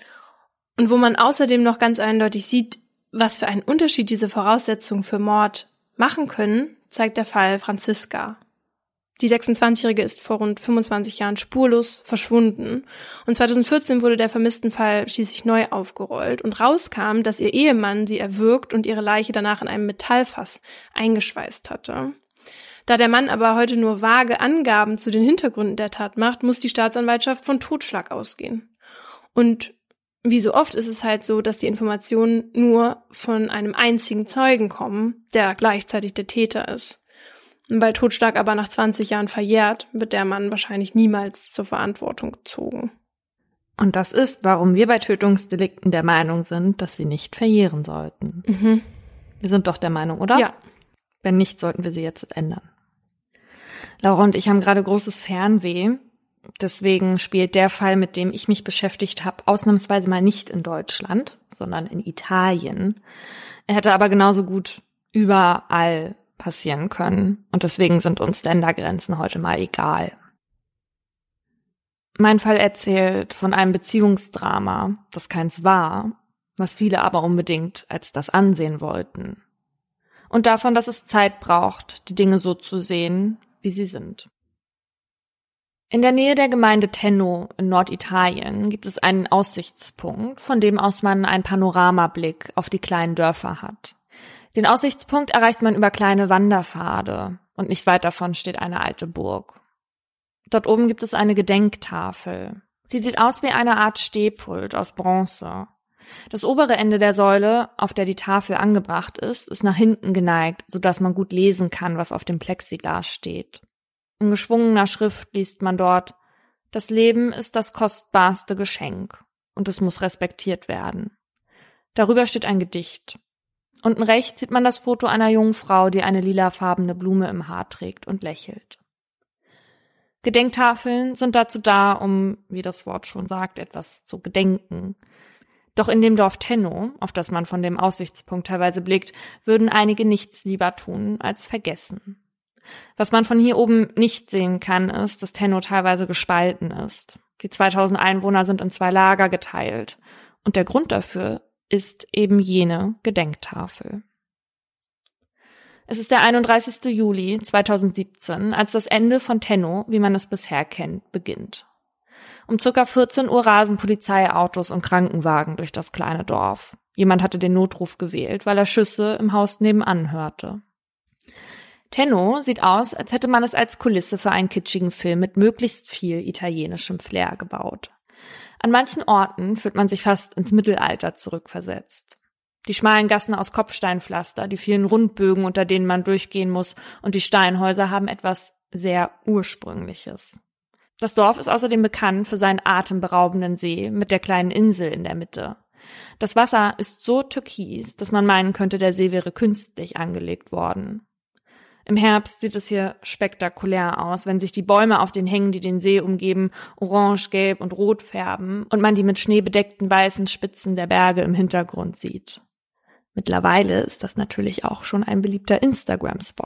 Und wo man außerdem noch ganz eindeutig sieht, was für einen Unterschied diese Voraussetzungen für Mord machen können, zeigt der Fall Franziska. Die 26-Jährige ist vor rund 25 Jahren spurlos verschwunden. Und 2014 wurde der Vermisstenfall schließlich neu aufgerollt und rauskam, dass ihr Ehemann sie erwürgt und ihre Leiche danach in einem Metallfass eingeschweißt hatte. Da der Mann aber heute nur vage Angaben zu den Hintergründen der Tat macht, muss die Staatsanwaltschaft von Totschlag ausgehen. Und wie so oft ist es halt so, dass die Informationen nur von einem einzigen Zeugen kommen, der gleichzeitig der Täter ist. Weil Totschlag aber nach 20 Jahren verjährt, wird der Mann wahrscheinlich niemals zur Verantwortung gezogen. Und das ist, warum wir bei Tötungsdelikten der Meinung sind, dass sie nicht verjähren sollten. Mhm. Wir sind doch der Meinung, oder? Ja. Wenn nicht, sollten wir sie jetzt ändern. Laura und ich haben gerade großes Fernweh. Deswegen spielt der Fall, mit dem ich mich beschäftigt habe, ausnahmsweise mal nicht in Deutschland, sondern in Italien. Er hätte aber genauso gut überall passieren können. Und deswegen sind uns Ländergrenzen heute mal egal. Mein Fall erzählt von einem Beziehungsdrama, das keins war, was viele aber unbedingt als das ansehen wollten. Und davon, dass es Zeit braucht, die Dinge so zu sehen, wie sie sind. In der Nähe der Gemeinde Tenno in Norditalien gibt es einen Aussichtspunkt, von dem aus man einen Panoramablick auf die kleinen Dörfer hat. Den Aussichtspunkt erreicht man über kleine Wanderpfade und nicht weit davon steht eine alte Burg. Dort oben gibt es eine Gedenktafel. Sie sieht aus wie eine Art Stehpult aus Bronze. Das obere Ende der Säule, auf der die Tafel angebracht ist nach hinten geneigt, sodass man gut lesen kann, was auf dem Plexiglas steht. In geschwungener Schrift liest man dort: Das Leben ist das kostbarste Geschenk und es muss respektiert werden. Darüber steht ein Gedicht. Unten rechts sieht man das Foto einer jungen Frau, die eine lilafarbene Blume im Haar trägt und lächelt. Gedenktafeln sind dazu da, um, wie das Wort schon sagt, etwas zu gedenken. Doch in dem Dorf Tenno, auf das man von dem Aussichtspunkt teilweise blickt, würden einige nichts lieber tun als vergessen. Was man von hier oben nicht sehen kann, ist, dass Tenno teilweise gespalten ist. Die 2000 Einwohner sind in 2 Lager geteilt. Und der Grund dafür ist eben jene Gedenktafel. Es ist der 31. Juli 2017, als das Ende von Tenno, wie man es bisher kennt, beginnt. Um ca. 14 Uhr rasen Polizeiautos und Krankenwagen durch das kleine Dorf. Jemand hatte den Notruf gewählt, weil er Schüsse im Haus nebenan hörte. Tenno sieht aus, als hätte man es als Kulisse für einen kitschigen Film mit möglichst viel italienischem Flair gebaut. An manchen Orten fühlt man sich fast ins Mittelalter zurückversetzt. Die schmalen Gassen aus Kopfsteinpflaster, die vielen Rundbögen, unter denen man durchgehen muss, und die Steinhäuser haben etwas sehr Ursprüngliches. Das Dorf ist außerdem bekannt für seinen atemberaubenden See mit der kleinen Insel in der Mitte. Das Wasser ist so türkis, dass man meinen könnte, der See wäre künstlich angelegt worden. Im Herbst sieht es hier spektakulär aus, wenn sich die Bäume auf den Hängen, die den See umgeben, orange, gelb und rot färben und man die mit Schnee bedeckten weißen Spitzen der Berge im Hintergrund sieht. Mittlerweile ist das natürlich auch schon ein beliebter Instagram-Spot.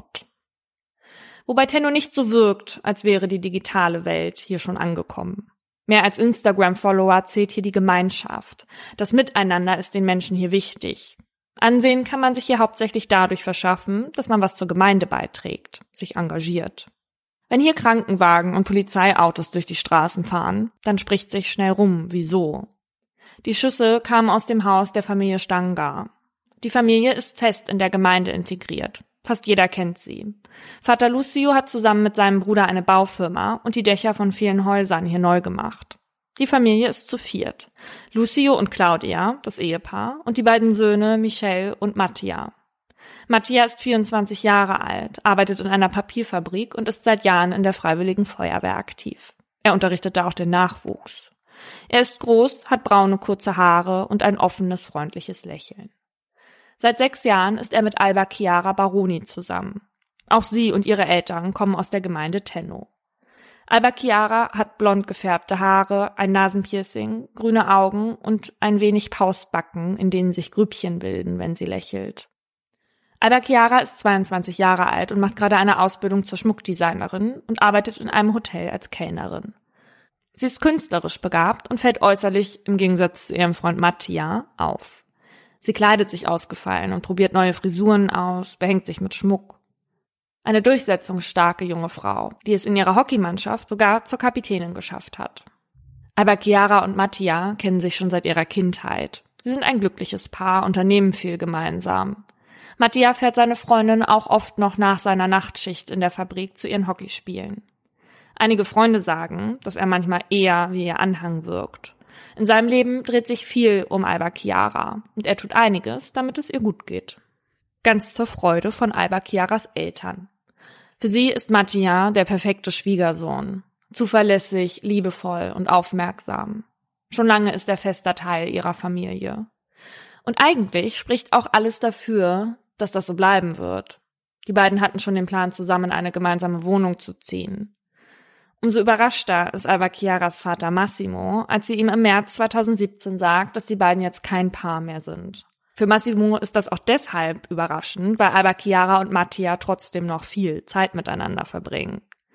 Wobei Tenno nicht so wirkt, als wäre die digitale Welt hier schon angekommen. Mehr als Instagram-Follower zählt hier die Gemeinschaft. Das Miteinander ist den Menschen hier wichtig. Ansehen kann man sich hier hauptsächlich dadurch verschaffen, dass man was zur Gemeinde beiträgt, sich engagiert. Wenn hier Krankenwagen und Polizeiautos durch die Straßen fahren, dann spricht sich schnell rum, wieso. Die Schüsse kamen aus dem Haus der Familie Stangar. Die Familie ist fest in der Gemeinde integriert. Fast jeder kennt sie. Vater Lucio hat zusammen mit seinem Bruder eine Baufirma und die Dächer von vielen Häusern hier neu gemacht. Die Familie ist zu 4. Lucio und Claudia, das Ehepaar, und die beiden Söhne Michel und Mattia. Mattia ist 24 Jahre alt, arbeitet in einer Papierfabrik und ist seit Jahren in der Freiwilligen Feuerwehr aktiv. Er unterrichtet da auch den Nachwuchs. Er ist groß, hat braune, kurze Haare und ein offenes, freundliches Lächeln. Seit 6 Jahren ist er mit Alba Chiara Baroni zusammen. Auch sie und ihre Eltern kommen aus der Gemeinde Tenno. Alba Chiara hat blond gefärbte Haare, ein Nasenpiercing, grüne Augen und ein wenig Pausbacken, in denen sich Grübchen bilden, wenn sie lächelt. Alba Chiara ist 22 Jahre alt und macht gerade eine Ausbildung zur Schmuckdesignerin und arbeitet in einem Hotel als Kellnerin. Sie ist künstlerisch begabt und fällt äußerlich, im Gegensatz zu ihrem Freund Mattia, auf. Sie kleidet sich ausgefallen und probiert neue Frisuren aus, behängt sich mit Schmuck. Eine durchsetzungsstarke junge Frau, die es in ihrer Hockeymannschaft sogar zur Kapitänin geschafft hat. Alba Chiara und Mattia kennen sich schon seit ihrer Kindheit. Sie sind ein glückliches Paar, unternehmen viel gemeinsam. Mattia fährt seine Freundin auch oft noch nach seiner Nachtschicht in der Fabrik zu ihren Hockeyspielen. Einige Freunde sagen, dass er manchmal eher wie ihr Anhang wirkt. In seinem Leben dreht sich viel um Alba Chiara und er tut einiges, damit es ihr gut geht. Ganz zur Freude von Alba Chiaras Eltern. Für sie ist Mattia der perfekte Schwiegersohn. Zuverlässig, liebevoll und aufmerksam. Schon lange ist er fester Teil ihrer Familie. Und eigentlich spricht auch alles dafür, dass das so bleiben wird. Die beiden hatten schon den Plan, zusammen in eine gemeinsame Wohnung zu ziehen. Umso überraschter ist Alba Chiaras Vater Massimo, als sie ihm im März 2017 sagt, dass die beiden jetzt kein Paar mehr sind. Für Massimo ist das auch deshalb überraschend, weil Alba Chiara und Mattia trotzdem noch viel Zeit miteinander verbringen.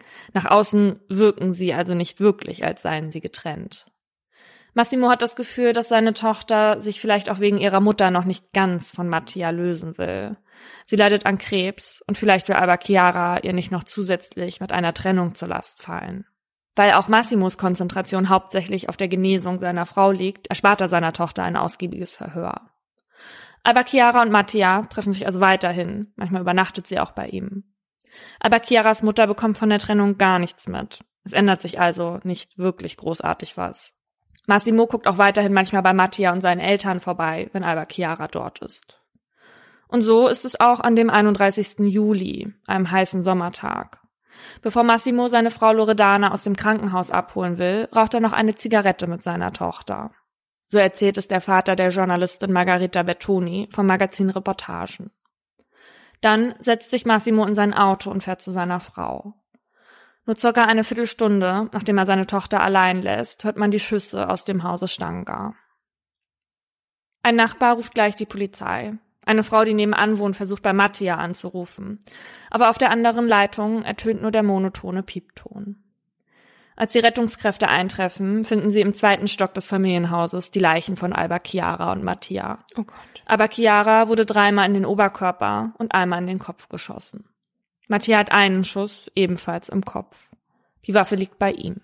Nach außen wirken sie also nicht wirklich, als seien sie getrennt. Massimo hat das Gefühl, dass seine Tochter sich vielleicht auch wegen ihrer Mutter noch nicht ganz von Mattia lösen will. Sie leidet an Krebs und vielleicht will aber Chiara ihr nicht noch zusätzlich mit einer Trennung zur Last fallen. Weil auch Massimos Konzentration hauptsächlich auf der Genesung seiner Frau liegt, erspart er seiner Tochter ein ausgiebiges Verhör. Aber Chiara und Mattia treffen sich also weiterhin, manchmal übernachtet sie auch bei ihm. Aber Chiaras Mutter bekommt von der Trennung gar nichts mit. Es ändert sich also nicht wirklich großartig was. Massimo guckt auch weiterhin manchmal bei Mattia und seinen Eltern vorbei, wenn Alba Chiara dort ist. Und so ist es auch an dem 31. Juli, einem heißen Sommertag. Bevor Massimo seine Frau Loredana aus dem Krankenhaus abholen will, raucht er noch eine Zigarette mit seiner Tochter. So erzählt es der Vater der Journalistin Margherita Bertoni vom Magazin Reportagen. Dann setzt sich Massimo in sein Auto und fährt zu seiner Frau. Nur circa eine Viertelstunde, nachdem er seine Tochter allein lässt, hört man die Schüsse aus dem Hause Stanga. Ein Nachbar ruft gleich die Polizei. Eine Frau, die nebenan wohnt, versucht bei Mattia anzurufen. Aber auf der anderen Leitung ertönt nur der monotone Piepton. Als die Rettungskräfte eintreffen, finden sie im 2. Stock des Familienhauses die Leichen von Alba Chiara und Mattia. Oh Gott. Aber Chiara wurde 3-mal in den Oberkörper und einmal in den Kopf geschossen. Mattia hat einen Schuss, ebenfalls im Kopf. Die Waffe liegt bei ihm.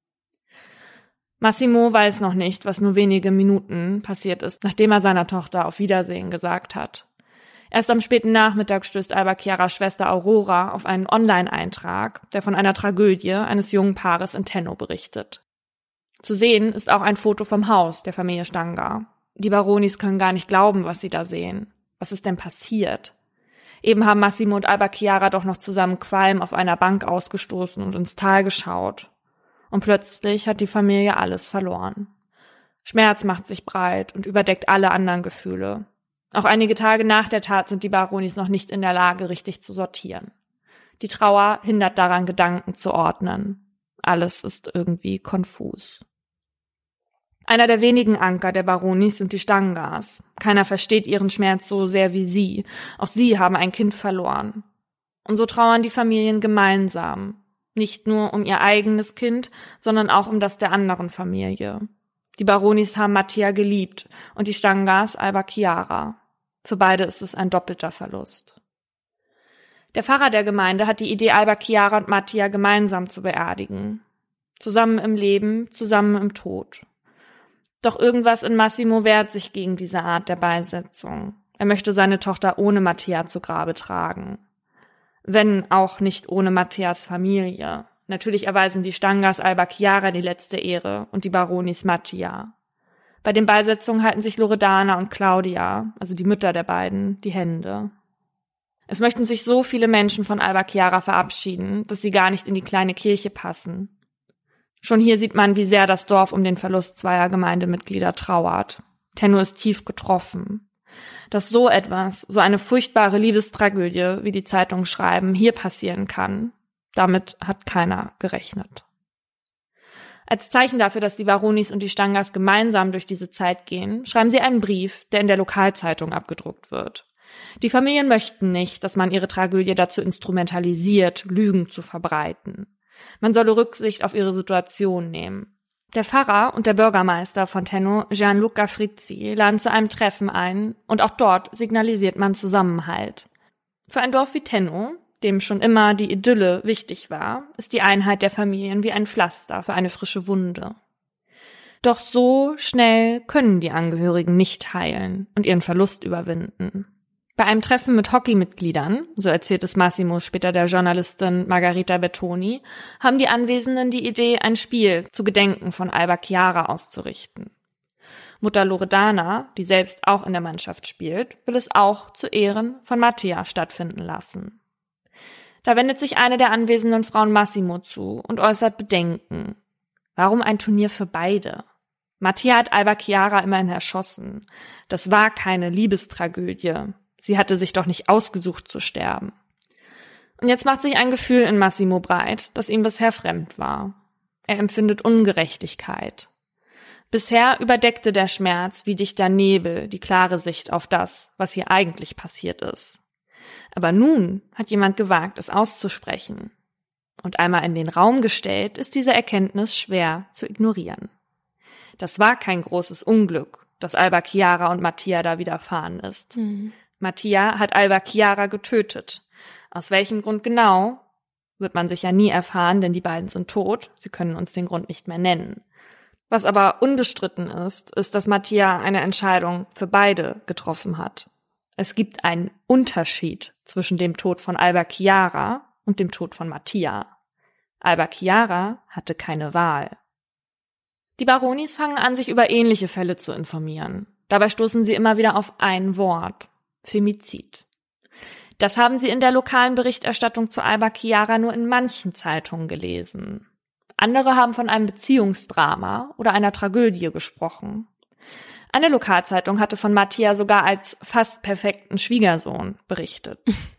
Massimo weiß noch nicht, was nur wenige Minuten passiert ist, nachdem er seiner Tochter auf Wiedersehen gesagt hat. Erst am späten Nachmittag stößt Alba Chiaras Schwester Aurora auf einen Online-Eintrag, der von einer Tragödie eines jungen Paares in Tenno berichtet. Zu sehen ist auch ein Foto vom Haus der Familie Stanga. Die Baronis können gar nicht glauben, was sie da sehen. Was ist denn passiert? Eben haben Massimo und Alba Chiara doch noch zusammen Qualm auf einer Bank ausgestoßen und ins Tal geschaut. Und plötzlich hat die Familie alles verloren. Schmerz macht sich breit und überdeckt alle anderen Gefühle. Auch einige Tage nach der Tat sind die Baronis noch nicht in der Lage, richtig zu sortieren. Die Trauer hindert daran, Gedanken zu ordnen. Alles ist irgendwie konfus. Einer der wenigen Anker der Baronis sind die Stangas. Keiner versteht ihren Schmerz so sehr wie sie. Auch sie haben ein Kind verloren. Und so trauern die Familien gemeinsam. Nicht nur um ihr eigenes Kind, sondern auch um das der anderen Familie. Die Baronis haben Mattia geliebt und die Stangas Alba Chiara. Für beide ist es ein doppelter Verlust. Der Pfarrer der Gemeinde hat die Idee, Alba Chiara und Mattia gemeinsam zu beerdigen. Zusammen im Leben, zusammen im Tod. Doch irgendwas in Massimo wehrt sich gegen diese Art der Beisetzung. Er möchte seine Tochter ohne Mattia zu Grabe tragen. Wenn auch nicht ohne Mattias Familie. Natürlich erweisen die Stangas Alba Chiara die letzte Ehre und die Baronis Mattia. Bei den Beisetzungen halten sich Loredana und Claudia, also die Mütter der beiden, die Hände. Es möchten sich so viele Menschen von Alba Chiara verabschieden, dass sie gar nicht in die kleine Kirche passen. Schon hier sieht man, wie sehr das Dorf um den Verlust zweier Gemeindemitglieder trauert. Tenno ist tief getroffen. Dass so etwas, so eine furchtbare Liebestragödie, wie die Zeitungen schreiben, hier passieren kann, damit hat keiner gerechnet. Als Zeichen dafür, dass die Baronis und die Stangas gemeinsam durch diese Zeit gehen, schreiben sie einen Brief, der in der Lokalzeitung abgedruckt wird. Die Familien möchten nicht, dass man ihre Tragödie dazu instrumentalisiert, Lügen zu verbreiten. Man solle Rücksicht auf ihre Situation nehmen. Der Pfarrer und der Bürgermeister von Tenno, Gianluca Frizzi, laden zu einem Treffen ein und auch dort signalisiert man Zusammenhalt. Für ein Dorf wie Tenno, dem schon immer die Idylle wichtig war, ist die Einheit der Familien wie ein Pflaster für eine frische Wunde. Doch so schnell können die Angehörigen nicht heilen und ihren Verlust überwinden. Bei einem Treffen mit Hockeymitgliedern, so erzählt es Massimo später der Journalistin Margherita Bertoni, haben die Anwesenden die Idee, ein Spiel zu Gedenken von Alba Chiara auszurichten. Mutter Loredana, die selbst auch in der Mannschaft spielt, will es auch zu Ehren von Mattia stattfinden lassen. Da wendet sich eine der anwesenden Frauen Massimo zu und äußert Bedenken. Warum ein Turnier für beide? Mattia hat Alba Chiara immerhin erschossen. Das war keine Liebestragödie. Sie hatte sich doch nicht ausgesucht zu sterben. Und jetzt macht sich ein Gefühl in Massimo breit, das ihm bisher fremd war. Er empfindet Ungerechtigkeit. Bisher überdeckte der Schmerz wie dichter Nebel die klare Sicht auf das, was hier eigentlich passiert ist. Aber nun hat jemand gewagt, es auszusprechen. Und einmal in den Raum gestellt, ist diese Erkenntnis schwer zu ignorieren. Das war kein großes Unglück, dass Alba Chiara und Mattia da widerfahren ist. Mattia hat Alba Chiara getötet. Aus welchem Grund genau, wird man sicher nie erfahren, denn die beiden sind tot. Sie können uns den Grund nicht mehr nennen. Was aber unbestritten ist, dass Mattia eine Entscheidung für beide getroffen hat. Es gibt einen Unterschied zwischen dem Tod von Alba Chiara und dem Tod von Mattia. Alba Chiara hatte keine Wahl. Die Baronis fangen an, sich über ähnliche Fälle zu informieren. Dabei stoßen sie immer wieder auf ein Wort: Femizid. Das haben sie in der lokalen Berichterstattung zu Alba Chiara nur in manchen Zeitungen gelesen. Andere haben von einem Beziehungsdrama oder einer Tragödie gesprochen. Eine Lokalzeitung hatte von Mattia sogar als fast perfekten Schwiegersohn berichtet.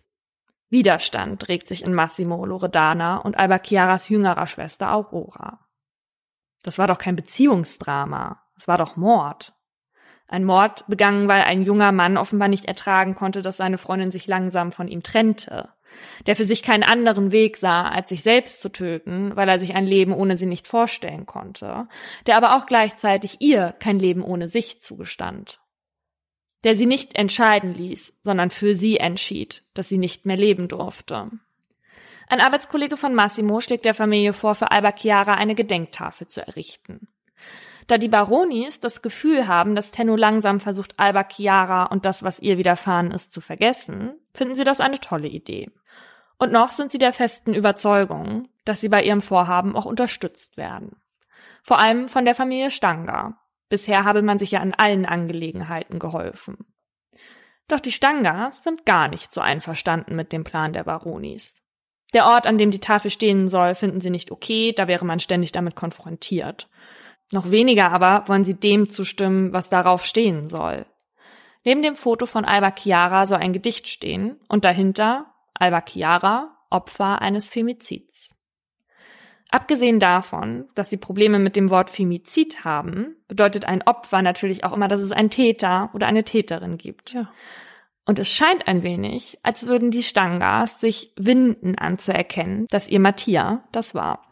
Widerstand regt sich in Massimo Loredana und Alba Chiaras jüngerer Schwester Aurora. Das war doch kein Beziehungsdrama, es war doch Mord. Ein Mord begangen, weil ein junger Mann offenbar nicht ertragen konnte, dass seine Freundin sich langsam von ihm trennte, der für sich keinen anderen Weg sah, als sich selbst zu töten, weil er sich ein Leben ohne sie nicht vorstellen konnte, der aber auch gleichzeitig ihr kein Leben ohne sich zugestand, der sie nicht entscheiden ließ, sondern für sie entschied, dass sie nicht mehr leben durfte. Ein Arbeitskollege von Massimo schlägt der Familie vor, für Alba Chiara eine Gedenktafel zu errichten. Da die Baronis das Gefühl haben, dass Tenno langsam versucht, Alba Chiara und das, was ihr widerfahren ist, zu vergessen, finden sie das eine tolle Idee. Und noch sind sie der festen Überzeugung, dass sie bei ihrem Vorhaben auch unterstützt werden. Vor allem von der Familie Stanga. Bisher habe man sich ja in allen Angelegenheiten geholfen. Doch die Stangas sind gar nicht so einverstanden mit dem Plan der Baronis. Der Ort, an dem die Tafel stehen soll, finden sie nicht okay, da wäre man ständig damit konfrontiert. Noch weniger aber wollen sie dem zustimmen, was darauf stehen soll. Neben dem Foto von Alba Chiara soll ein Gedicht stehen und dahinter Alba Chiara, Opfer eines Femizids. Abgesehen davon, dass sie Probleme mit dem Wort Femizid haben, bedeutet ein Opfer natürlich auch immer, dass es einen Täter oder eine Täterin gibt. Ja. Und es scheint ein wenig, als würden die Stangas sich winden anzuerkennen, dass ihr Mattia das war.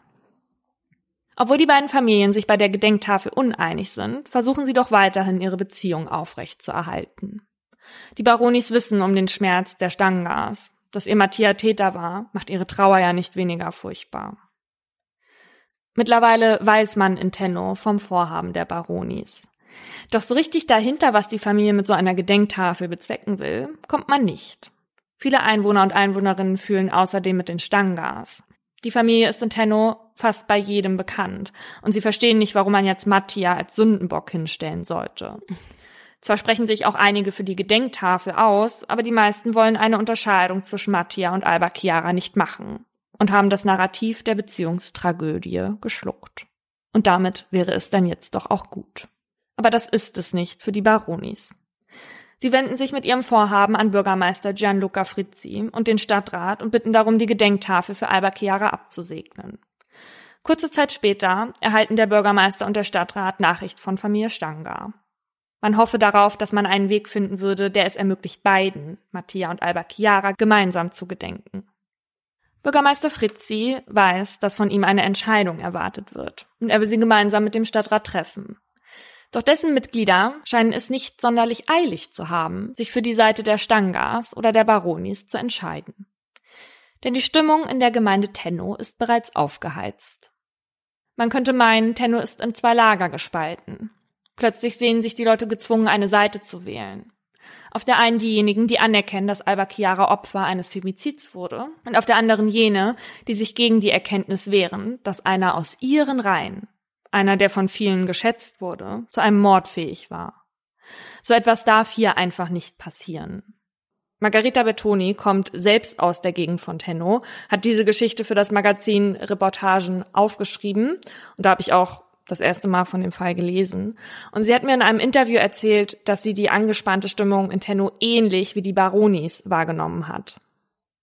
Obwohl die beiden Familien sich bei der Gedenktafel uneinig sind, versuchen sie doch weiterhin, ihre Beziehung aufrechtzuerhalten. Die Baronis wissen um den Schmerz der Stangas. Dass ihr Mattia Täter war, macht ihre Trauer ja nicht weniger furchtbar. Mittlerweile weiß man in Tenno vom Vorhaben der Baronis. Doch so richtig dahinter, was die Familie mit so einer Gedenktafel bezwecken will, kommt man nicht. Viele Einwohner und Einwohnerinnen fühlen außerdem mit den Stangas. Die Familie ist in Tenno fast bei jedem bekannt und sie verstehen nicht, warum man jetzt Mattia als Sündenbock hinstellen sollte. Zwar sprechen sich auch einige für die Gedenktafel aus, aber die meisten wollen eine Unterscheidung zwischen Mattia und Alba Chiara nicht machen und haben das Narrativ der Beziehungstragödie geschluckt. Und damit wäre es dann jetzt doch auch gut. Aber das ist es nicht für die Baronis. Sie wenden sich mit ihrem Vorhaben an Bürgermeister Gianluca Frizzi und den Stadtrat und bitten darum, die Gedenktafel für Alba Chiara abzusegnen. Kurze Zeit später erhalten der Bürgermeister und der Stadtrat Nachricht von Familie Stanga. Man hoffe darauf, dass man einen Weg finden würde, der es ermöglicht, beiden, Mattia und Alba Chiara, gemeinsam zu gedenken. Bürgermeister Frizzi weiß, dass von ihm eine Entscheidung erwartet wird und er will sie gemeinsam mit dem Stadtrat treffen. Doch dessen Mitglieder scheinen es nicht sonderlich eilig zu haben, sich für die Seite der Stangas oder der Baronis zu entscheiden. Denn die Stimmung in der Gemeinde Tenno ist bereits aufgeheizt. Man könnte meinen, Tenno ist in zwei Lager gespalten. Plötzlich sehen sich die Leute gezwungen, eine Seite zu wählen. Auf der einen diejenigen, die anerkennen, dass Alba Chiara Opfer eines Femizids wurde, und auf der anderen jene, die sich gegen die Erkenntnis wehren, dass einer aus ihren Reihen, einer, der von vielen geschätzt wurde, zu einem Mord fähig war. So etwas darf hier einfach nicht passieren. Margherita Bertoni kommt selbst aus der Gegend von Tenno, hat diese Geschichte für das Magazin Reportagen aufgeschrieben und da habe ich auch das erste Mal von dem Fall gelesen. Und sie hat mir in einem Interview erzählt, dass sie die angespannte Stimmung in Tenno ähnlich wie die Baronis wahrgenommen hat.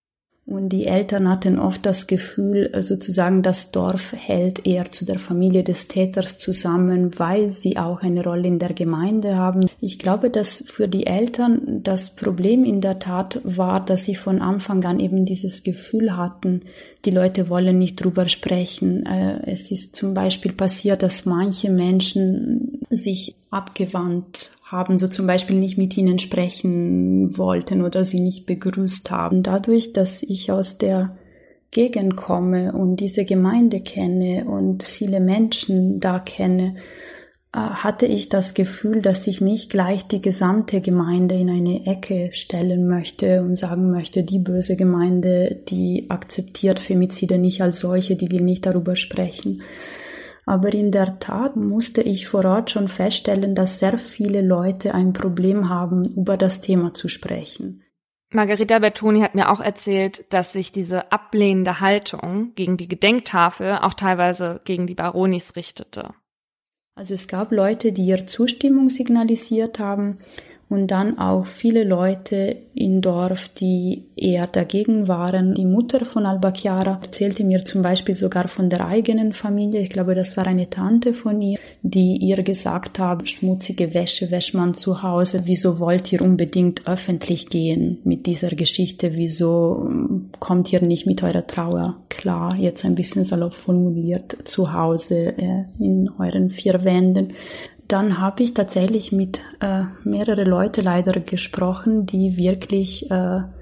Und die Eltern hatten oft das Gefühl, sozusagen das Dorf hält eher zu der Familie des Täters zusammen, weil sie auch eine Rolle in der Gemeinde haben. Ich glaube, dass für die Eltern das Problem in der Tat war, dass sie von Anfang an eben dieses Gefühl hatten, die Leute wollen nicht drüber sprechen. Es ist zum Beispiel passiert, dass manche Menschen sich abgewandt haben, so zum Beispiel nicht mit ihnen sprechen wollten oder sie nicht begrüßt haben. Dadurch, dass ich aus der Gegend komme und diese Gemeinde kenne und viele Menschen da kenne, hatte ich das Gefühl, dass ich nicht gleich die gesamte Gemeinde in eine Ecke stellen möchte und sagen möchte, die böse Gemeinde, die akzeptiert Femizide nicht als solche, die will nicht darüber sprechen. Aber in der Tat musste ich vor Ort schon feststellen, dass sehr viele Leute ein Problem haben, über das Thema zu sprechen. Margherita Bertoni hat mir auch erzählt, dass sich diese ablehnende Haltung gegen die Gedenktafel auch teilweise gegen die Baronis richtete. Also es gab Leute, die ihre Zustimmung signalisiert haben und dann auch viele Leute im Dorf, die eher dagegen waren. Die Mutter von Alba Chiara erzählte mir zum Beispiel sogar von der eigenen Familie. Ich glaube, das war eine Tante von ihr, die ihr gesagt haben, schmutzige Wäsche wäscht man zu Hause. Wieso wollt ihr unbedingt öffentlich gehen mit dieser Geschichte? Wieso kommt ihr nicht mit eurer Trauer klar? Jetzt ein bisschen salopp formuliert, zu Hause in euren vier Wänden. Dann habe ich tatsächlich mit mehrere Leute leider gesprochen, die wirklich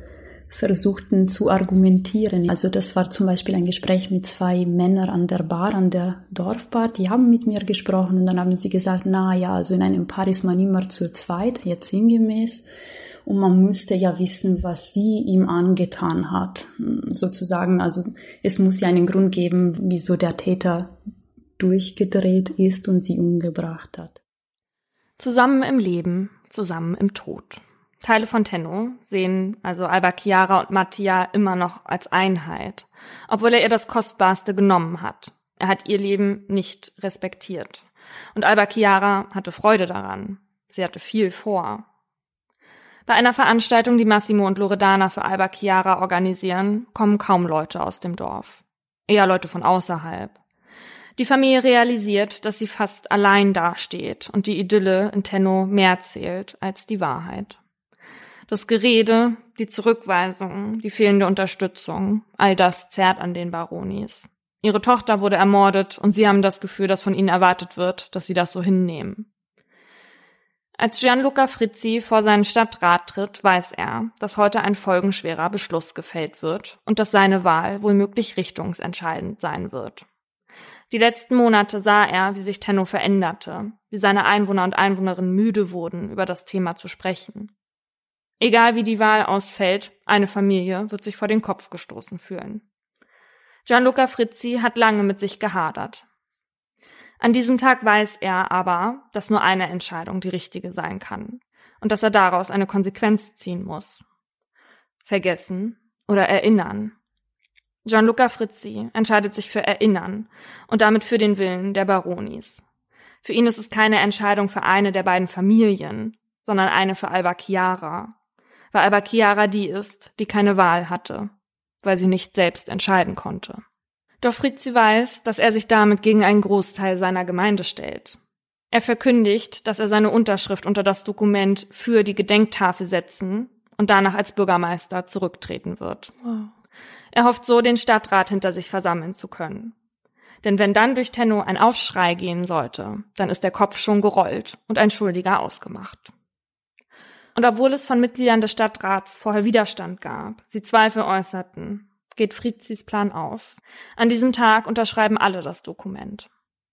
versuchten zu argumentieren. Also das war zum Beispiel ein Gespräch mit zwei Männern an der Bar, an der Dorfbar. Die haben mit mir gesprochen und dann haben sie gesagt, na ja, also in einem Paar ist man immer zu zweit, jetzt sinngemäß. Und man müsste ja wissen, was sie ihm angetan hat. Sozusagen, also es muss ja einen Grund geben, wieso der Täter durchgedreht ist und sie umgebracht hat. Zusammen im Leben, zusammen im Tod. Teile von Tenno sehen also Alba Chiara und Mattia immer noch als Einheit, obwohl er ihr das Kostbarste genommen hat. Er hat ihr Leben nicht respektiert. Und Alba Chiara hatte Freude daran. Sie hatte viel vor. Bei einer Veranstaltung, die Massimo und Loredana für Alba Chiara organisieren, kommen kaum Leute aus dem Dorf. Eher Leute von außerhalb. Die Familie realisiert, dass sie fast allein dasteht und die Idylle in Tenno mehr zählt als die Wahrheit. Das Gerede, die Zurückweisung, die fehlende Unterstützung, all das zerrt an den Baronis. Ihre Tochter wurde ermordet und sie haben das Gefühl, dass von ihnen erwartet wird, dass sie das so hinnehmen. Als Gianluca Frizzi vor seinen Stadtrat tritt, weiß er, dass heute ein folgenschwerer Beschluss gefällt wird und dass seine Wahl womöglich richtungsentscheidend sein wird. Die letzten Monate sah er, wie sich Tenno veränderte, wie seine Einwohner und Einwohnerinnen müde wurden, über das Thema zu sprechen. Egal wie die Wahl ausfällt, eine Familie wird sich vor den Kopf gestoßen fühlen. Gianluca Frizzi hat lange mit sich gehadert. An diesem Tag weiß er aber, dass nur eine Entscheidung die richtige sein kann und dass er daraus eine Konsequenz ziehen muss. Vergessen oder erinnern. Gianluca Frizzi entscheidet sich für Erinnern und damit für den Willen der Baronis. Für ihn ist es keine Entscheidung für eine der beiden Familien, sondern eine für Alba Chiara, weil Alba Chiara die ist, die keine Wahl hatte, weil sie nicht selbst entscheiden konnte. Doch Frizzi weiß, dass er sich damit gegen einen Großteil seiner Gemeinde stellt. Er verkündigt, dass er seine Unterschrift unter das Dokument für die Gedenktafel setzen und danach als Bürgermeister zurücktreten wird. Wow. Er hofft so, den Stadtrat hinter sich versammeln zu können. Denn wenn dann durch Tenno ein Aufschrei gehen sollte, dann ist der Kopf schon gerollt und ein Schuldiger ausgemacht. Und obwohl es von Mitgliedern des Stadtrats vorher Widerstand gab, sie Zweifel äußerten, geht Frizzis Plan auf. An diesem Tag unterschreiben alle das Dokument.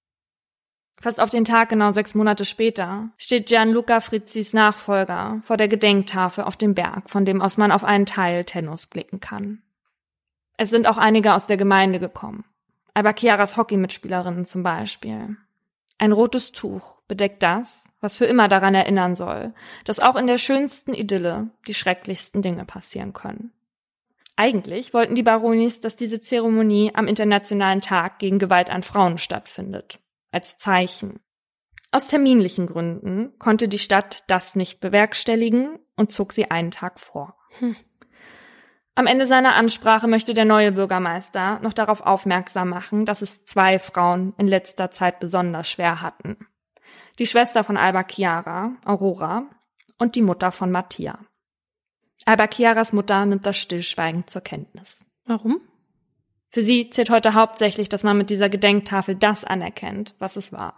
Fast auf den Tag genau 6 Monate später steht Gianluca Frizzis Nachfolger vor der Gedenktafel auf dem Berg, von dem aus man auf einen Teil Tennos blicken kann. Es sind auch einige aus der Gemeinde gekommen. Alba Chiaras Hockeymitspielerinnen zum Beispiel. Ein rotes Tuch bedeckt das, was für immer daran erinnern soll, dass auch in der schönsten Idylle die schrecklichsten Dinge passieren können. Eigentlich wollten die Baronis, dass diese Zeremonie am Internationalen Tag gegen Gewalt an Frauen stattfindet, als Zeichen. Aus terminlichen Gründen konnte die Stadt das nicht bewerkstelligen und zog sie einen Tag vor. Am Ende seiner Ansprache möchte der neue Bürgermeister noch darauf aufmerksam machen, dass es 2 Frauen in letzter Zeit besonders schwer hatten. Die Schwester von Alba Chiara, Aurora, und die Mutter von Mattia. Alba Chiaras Mutter nimmt das stillschweigend zur Kenntnis. Warum? Für sie zählt heute hauptsächlich, dass man mit dieser Gedenktafel das anerkennt, was es war.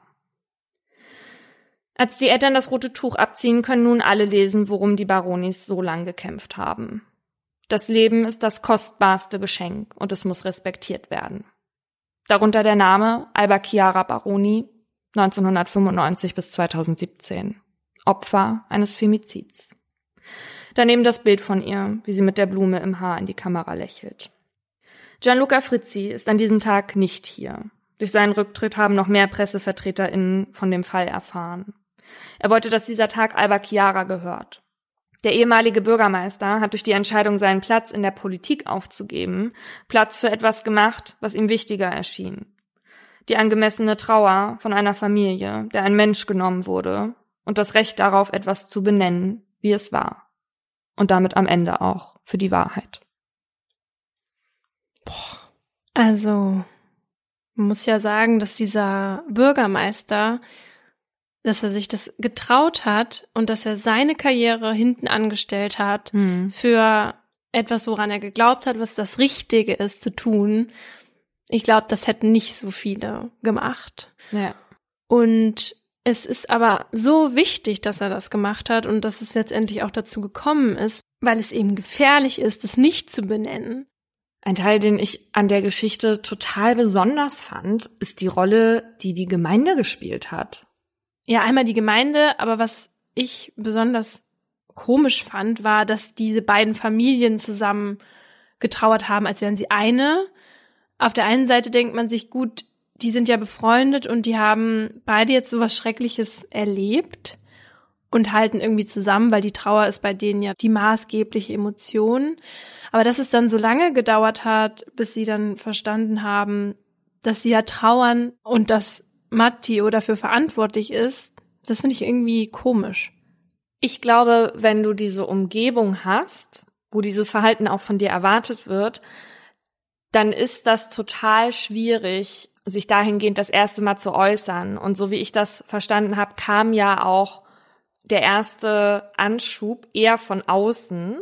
Als die Eltern das rote Tuch abziehen, können nun alle lesen, worum die Baronis so lang gekämpft haben. Das Leben ist das kostbarste Geschenk und es muss respektiert werden. Darunter der Name Alba Chiara Baroni, 1995 bis 2017. Opfer eines Femizids. Daneben das Bild von ihr, wie sie mit der Blume im Haar in die Kamera lächelt. Gianluca Frizzi ist an diesem Tag nicht hier. Durch seinen Rücktritt haben noch mehr PressevertreterInnen von dem Fall erfahren. Er wollte, dass dieser Tag Alba Chiara gehört. Der ehemalige Bürgermeister hat durch die Entscheidung, seinen Platz in der Politik aufzugeben, Platz für etwas gemacht, was ihm wichtiger erschien. Die angemessene Trauer von einer Familie, der ein Mensch genommen wurde, und das Recht darauf, etwas zu benennen, wie es war. Und damit am Ende auch für die Wahrheit. Also, man muss ja sagen, dass dieser Bürgermeister, dass er sich das getraut hat und dass er seine Karriere hinten angestellt hat für etwas, woran er geglaubt hat, was das Richtige ist zu tun. Ich glaube, das hätten nicht so viele gemacht. Ja. Und es ist aber so wichtig, dass er das gemacht hat und dass es letztendlich auch dazu gekommen ist, weil es eben gefährlich ist, es nicht zu benennen. Ein Teil, den ich an der Geschichte total besonders fand, ist die Rolle, die die Gemeinde gespielt hat. Ja, einmal die Gemeinde, aber was ich besonders komisch fand, war, dass diese beiden Familien zusammen getrauert haben, als wären sie eine. Auf der einen Seite denkt man sich, gut, die sind ja befreundet und die haben beide jetzt sowas Schreckliches erlebt und halten irgendwie zusammen, weil die Trauer ist bei denen ja die maßgebliche Emotion. Aber dass es dann so lange gedauert hat, bis sie dann verstanden haben, dass sie ja trauern und dass Matteo dafür verantwortlich ist, das finde ich irgendwie komisch. Ich glaube, wenn du diese Umgebung hast, wo dieses Verhalten auch von dir erwartet wird, dann ist das total schwierig, sich dahingehend das erste Mal zu äußern. Und so wie ich das verstanden habe, kam ja auch der erste Anschub eher von außen,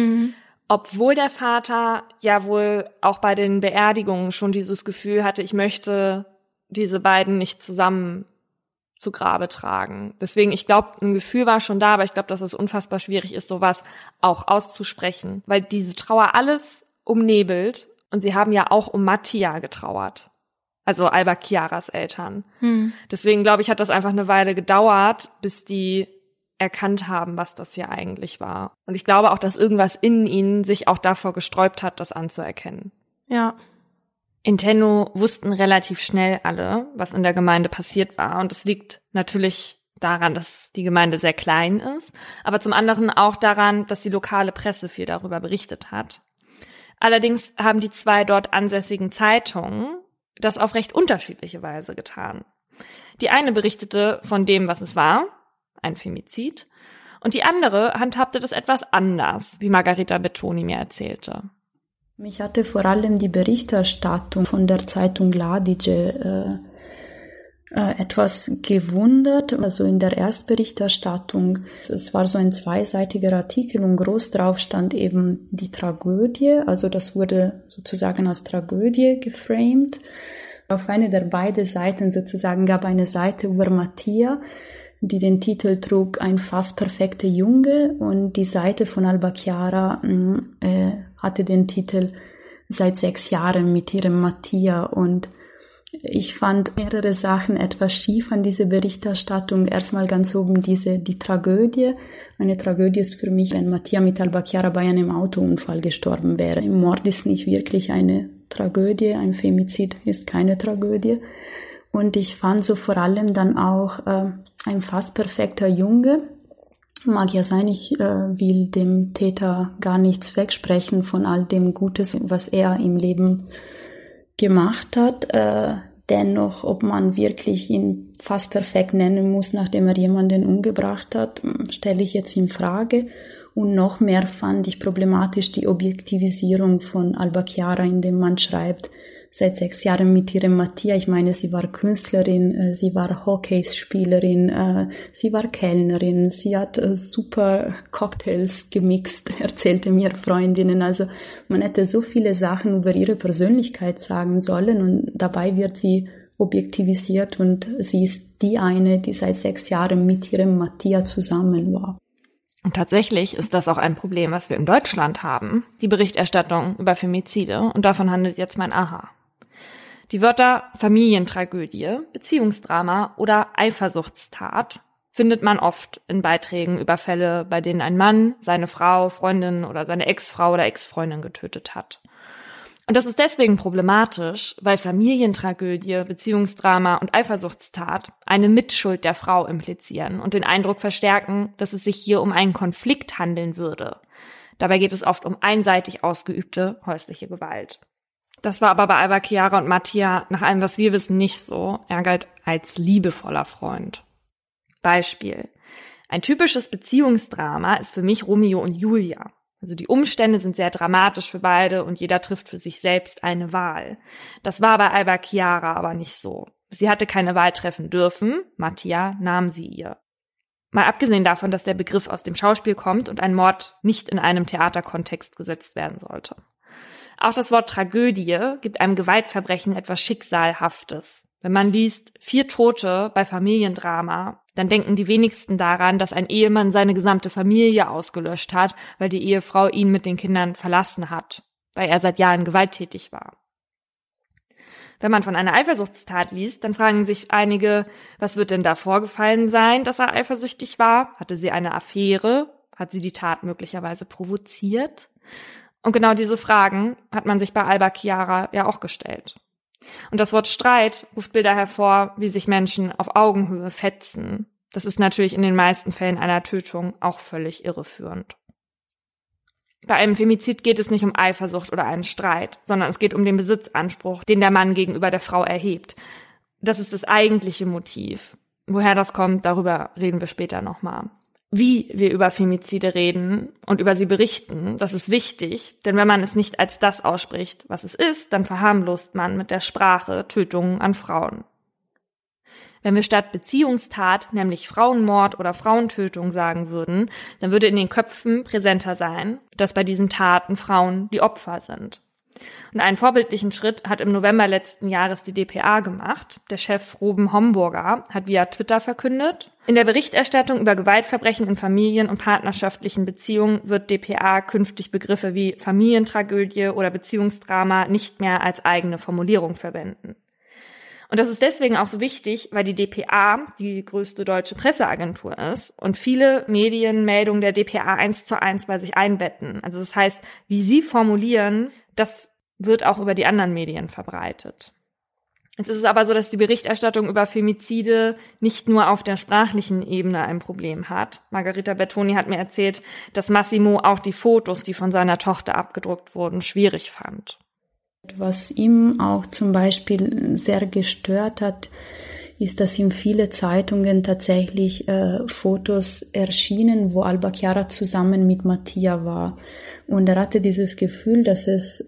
obwohl der Vater ja wohl auch bei den Beerdigungen schon dieses Gefühl hatte, ich möchte diese beiden nicht zusammen zu Grabe tragen. Deswegen, ich glaube, ein Gefühl war schon da, aber ich glaube, dass es unfassbar schwierig ist, sowas auch auszusprechen, weil diese Trauer alles umnebelt und sie haben ja auch um Mattia getrauert, also Alba Chiaras Eltern. Deswegen, glaube ich, hat das einfach eine Weile gedauert, bis die erkannt haben, was das hier eigentlich war. Und ich glaube auch, dass irgendwas in ihnen sich auch davor gesträubt hat, das anzuerkennen. Ja. In Tenno wussten relativ schnell alle, was in der Gemeinde passiert war. Und es liegt natürlich daran, dass die Gemeinde sehr klein ist, aber zum anderen auch daran, dass die lokale Presse viel darüber berichtet hat. Allerdings haben die 2 dort ansässigen Zeitungen das auf recht unterschiedliche Weise getan. Die eine berichtete von dem, was es war, ein Femizid, und die andere handhabte das etwas anders, wie Margarita Bettoni mir erzählte. Mich hatte vor allem die Berichterstattung von der Zeitung Ladice etwas gewundert. Also in der Erstberichterstattung, es war so ein 2-seitiger Artikel und groß drauf stand eben die Tragödie. Also das wurde sozusagen als Tragödie geframed. Auf einer der beiden Seiten sozusagen gab eine Seite über Mattia, die den Titel trug Ein fast perfekter Junge, und die Seite von Alba Chiara hatte den Titel Seit 6 Jahren mit ihrem Mattia, und ich fand mehrere Sachen etwas schief an dieser Berichterstattung. Erstmal ganz oben die Tragödie. Eine Tragödie ist für mich, wenn Mattia mit Alba Chiara bei einem Autounfall gestorben wäre. Ein Mord ist nicht wirklich eine Tragödie, ein Femizid ist keine Tragödie. Und ich fand so vor allem dann auch ein fast perfekter Junge. Mag ja sein, ich will dem Täter gar nichts wegsprechen von all dem Gutes, was er im Leben gemacht hat. Dennoch, ob man wirklich ihn fast perfekt nennen muss, nachdem er jemanden umgebracht hat, stelle ich jetzt in Frage. Und noch mehr fand ich problematisch die Objektivisierung von Alba Chiara, indem man schreibt, seit 6 Jahren mit ihrem Mattia. Ich meine, sie war Künstlerin, sie war Hockeyspielerin, sie war Kellnerin, sie hat super Cocktails gemixt, erzählte mir Freundinnen. Also man hätte so viele Sachen über ihre Persönlichkeit sagen sollen und dabei wird sie objektivisiert und sie ist die eine, die seit 6 Jahren mit ihrem Mattia zusammen war. Und tatsächlich ist das auch ein Problem, was wir in Deutschland haben, die Berichterstattung über Femizide. Und davon handelt jetzt mein Aha. Die Wörter Familientragödie, Beziehungsdrama oder Eifersuchtstat findet man oft in Beiträgen über Fälle, bei denen ein Mann seine Frau, Freundin oder seine Ex-Frau oder Ex-Freundin getötet hat. Und das ist deswegen problematisch, weil Familientragödie, Beziehungsdrama und Eifersuchtstat eine Mitschuld der Frau implizieren und den Eindruck verstärken, dass es sich hier um einen Konflikt handeln würde. Dabei geht es oft um einseitig ausgeübte häusliche Gewalt. Das war aber bei Alba Chiara und Mattia nach allem, was wir wissen, nicht so. Er galt als liebevoller Freund. Beispiel. Ein typisches Beziehungsdrama ist für mich Romeo und Julia. Also die Umstände sind sehr dramatisch für beide und jeder trifft für sich selbst eine Wahl. Das war bei Alba Chiara aber nicht so. Sie hatte keine Wahl treffen dürfen, Mattia nahm sie ihr. Mal abgesehen davon, dass der Begriff aus dem Schauspiel kommt und ein Mord nicht in einem Theaterkontext gesetzt werden sollte. Auch das Wort Tragödie gibt einem Gewaltverbrechen etwas Schicksalhaftes. Wenn man liest 4 Tote bei Familiendrama, dann denken die wenigsten daran, dass ein Ehemann seine gesamte Familie ausgelöscht hat, weil die Ehefrau ihn mit den Kindern verlassen hat, weil er seit Jahren gewalttätig war. Wenn man von einer Eifersuchtstat liest, dann fragen sich einige, was wird denn da vorgefallen sein, dass er eifersüchtig war? Hatte sie eine Affäre? Hat sie die Tat möglicherweise provoziert? Und genau diese Fragen hat man sich bei Alba Chiara ja auch gestellt. Und das Wort Streit ruft Bilder hervor, wie sich Menschen auf Augenhöhe fetzen. Das ist natürlich in den meisten Fällen einer Tötung auch völlig irreführend. Bei einem Femizid geht es nicht um Eifersucht oder einen Streit, sondern es geht um den Besitzanspruch, den der Mann gegenüber der Frau erhebt. Das ist das eigentliche Motiv. Woher das kommt, darüber reden wir später nochmal. Wie wir über Femizide reden und über sie berichten, das ist wichtig, denn wenn man es nicht als das ausspricht, was es ist, dann verharmlost man mit der Sprache Tötungen an Frauen. Wenn wir statt Beziehungstat, nämlich Frauenmord oder Frauentötung sagen würden, dann würde in den Köpfen präsenter sein, dass bei diesen Taten Frauen die Opfer sind. Und einen vorbildlichen Schritt hat im November letzten Jahres die dpa gemacht. Der Chef Ruben Homburger hat via Twitter verkündet: In der Berichterstattung über Gewaltverbrechen in Familien- und partnerschaftlichen Beziehungen wird dpa künftig Begriffe wie Familientragödie oder Beziehungsdrama nicht mehr als eigene Formulierung verwenden. Und das ist deswegen auch so wichtig, weil die dpa die größte deutsche Presseagentur ist und viele Medienmeldungen der dpa 1:1 bei sich einbetten. Also das heißt, wie sie formulieren, das wird auch über die anderen Medien verbreitet. Jetzt ist es aber so, dass die Berichterstattung über Femizide nicht nur auf der sprachlichen Ebene ein Problem hat. Margherita Bertoni hat mir erzählt, dass Massimo auch die Fotos, die von seiner Tochter abgedruckt wurden, schwierig fand. Was ihm auch zum Beispiel sehr gestört hat, ist, dass in viele Zeitungen tatsächlich Fotos erschienen, wo Alba Chiara zusammen mit Mattia war. Und er hatte dieses Gefühl, dass es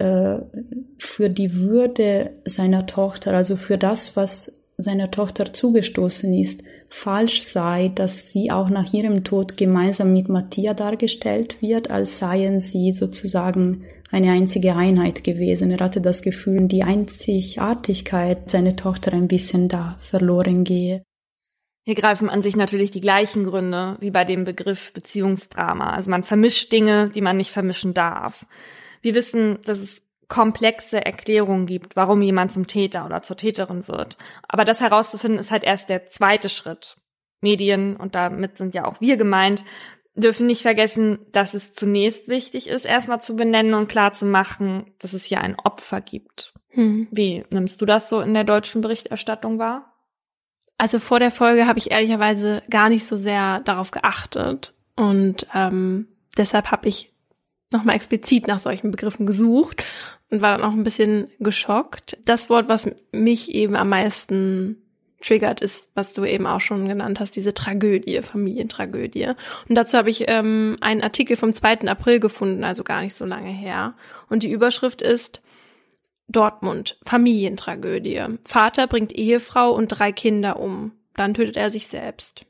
für die Würde seiner Tochter, also für das, was seiner Tochter zugestoßen ist, falsch sei, dass sie auch nach ihrem Tod gemeinsam mit Mattia dargestellt wird, als seien sie sozusagen eine einzige Einheit gewesen. Er hatte das Gefühl, die Einzigartigkeit seiner Tochter ein bisschen da verloren gehe. Hier greifen an sich natürlich die gleichen Gründe wie bei dem Begriff Beziehungsdrama. Also man vermischt Dinge, die man nicht vermischen darf. Wir wissen, dass es komplexe Erklärungen gibt, warum jemand zum Täter oder zur Täterin wird. Aber das herauszufinden, ist halt erst der zweite Schritt. Medien, und damit sind ja auch wir gemeint, dürfen nicht vergessen, dass es zunächst wichtig ist, erstmal zu benennen und klar zu machen, dass es hier ein Opfer gibt. Wie nimmst du das so in der deutschen Berichterstattung wahr? Also vor der Folge habe ich ehrlicherweise gar nicht so sehr darauf geachtet und deshalb habe ich nochmal explizit nach solchen Begriffen gesucht und war dann auch ein bisschen geschockt. Das Wort, was mich eben am meisten triggert, ist, was du eben auch schon genannt hast, diese Tragödie, Familientragödie. Und dazu habe ich einen Artikel vom 2. April gefunden, also gar nicht so lange her. Und die Überschrift ist Dortmund, Familientragödie. Vater bringt Ehefrau und 3 Kinder um. Dann tötet er sich selbst.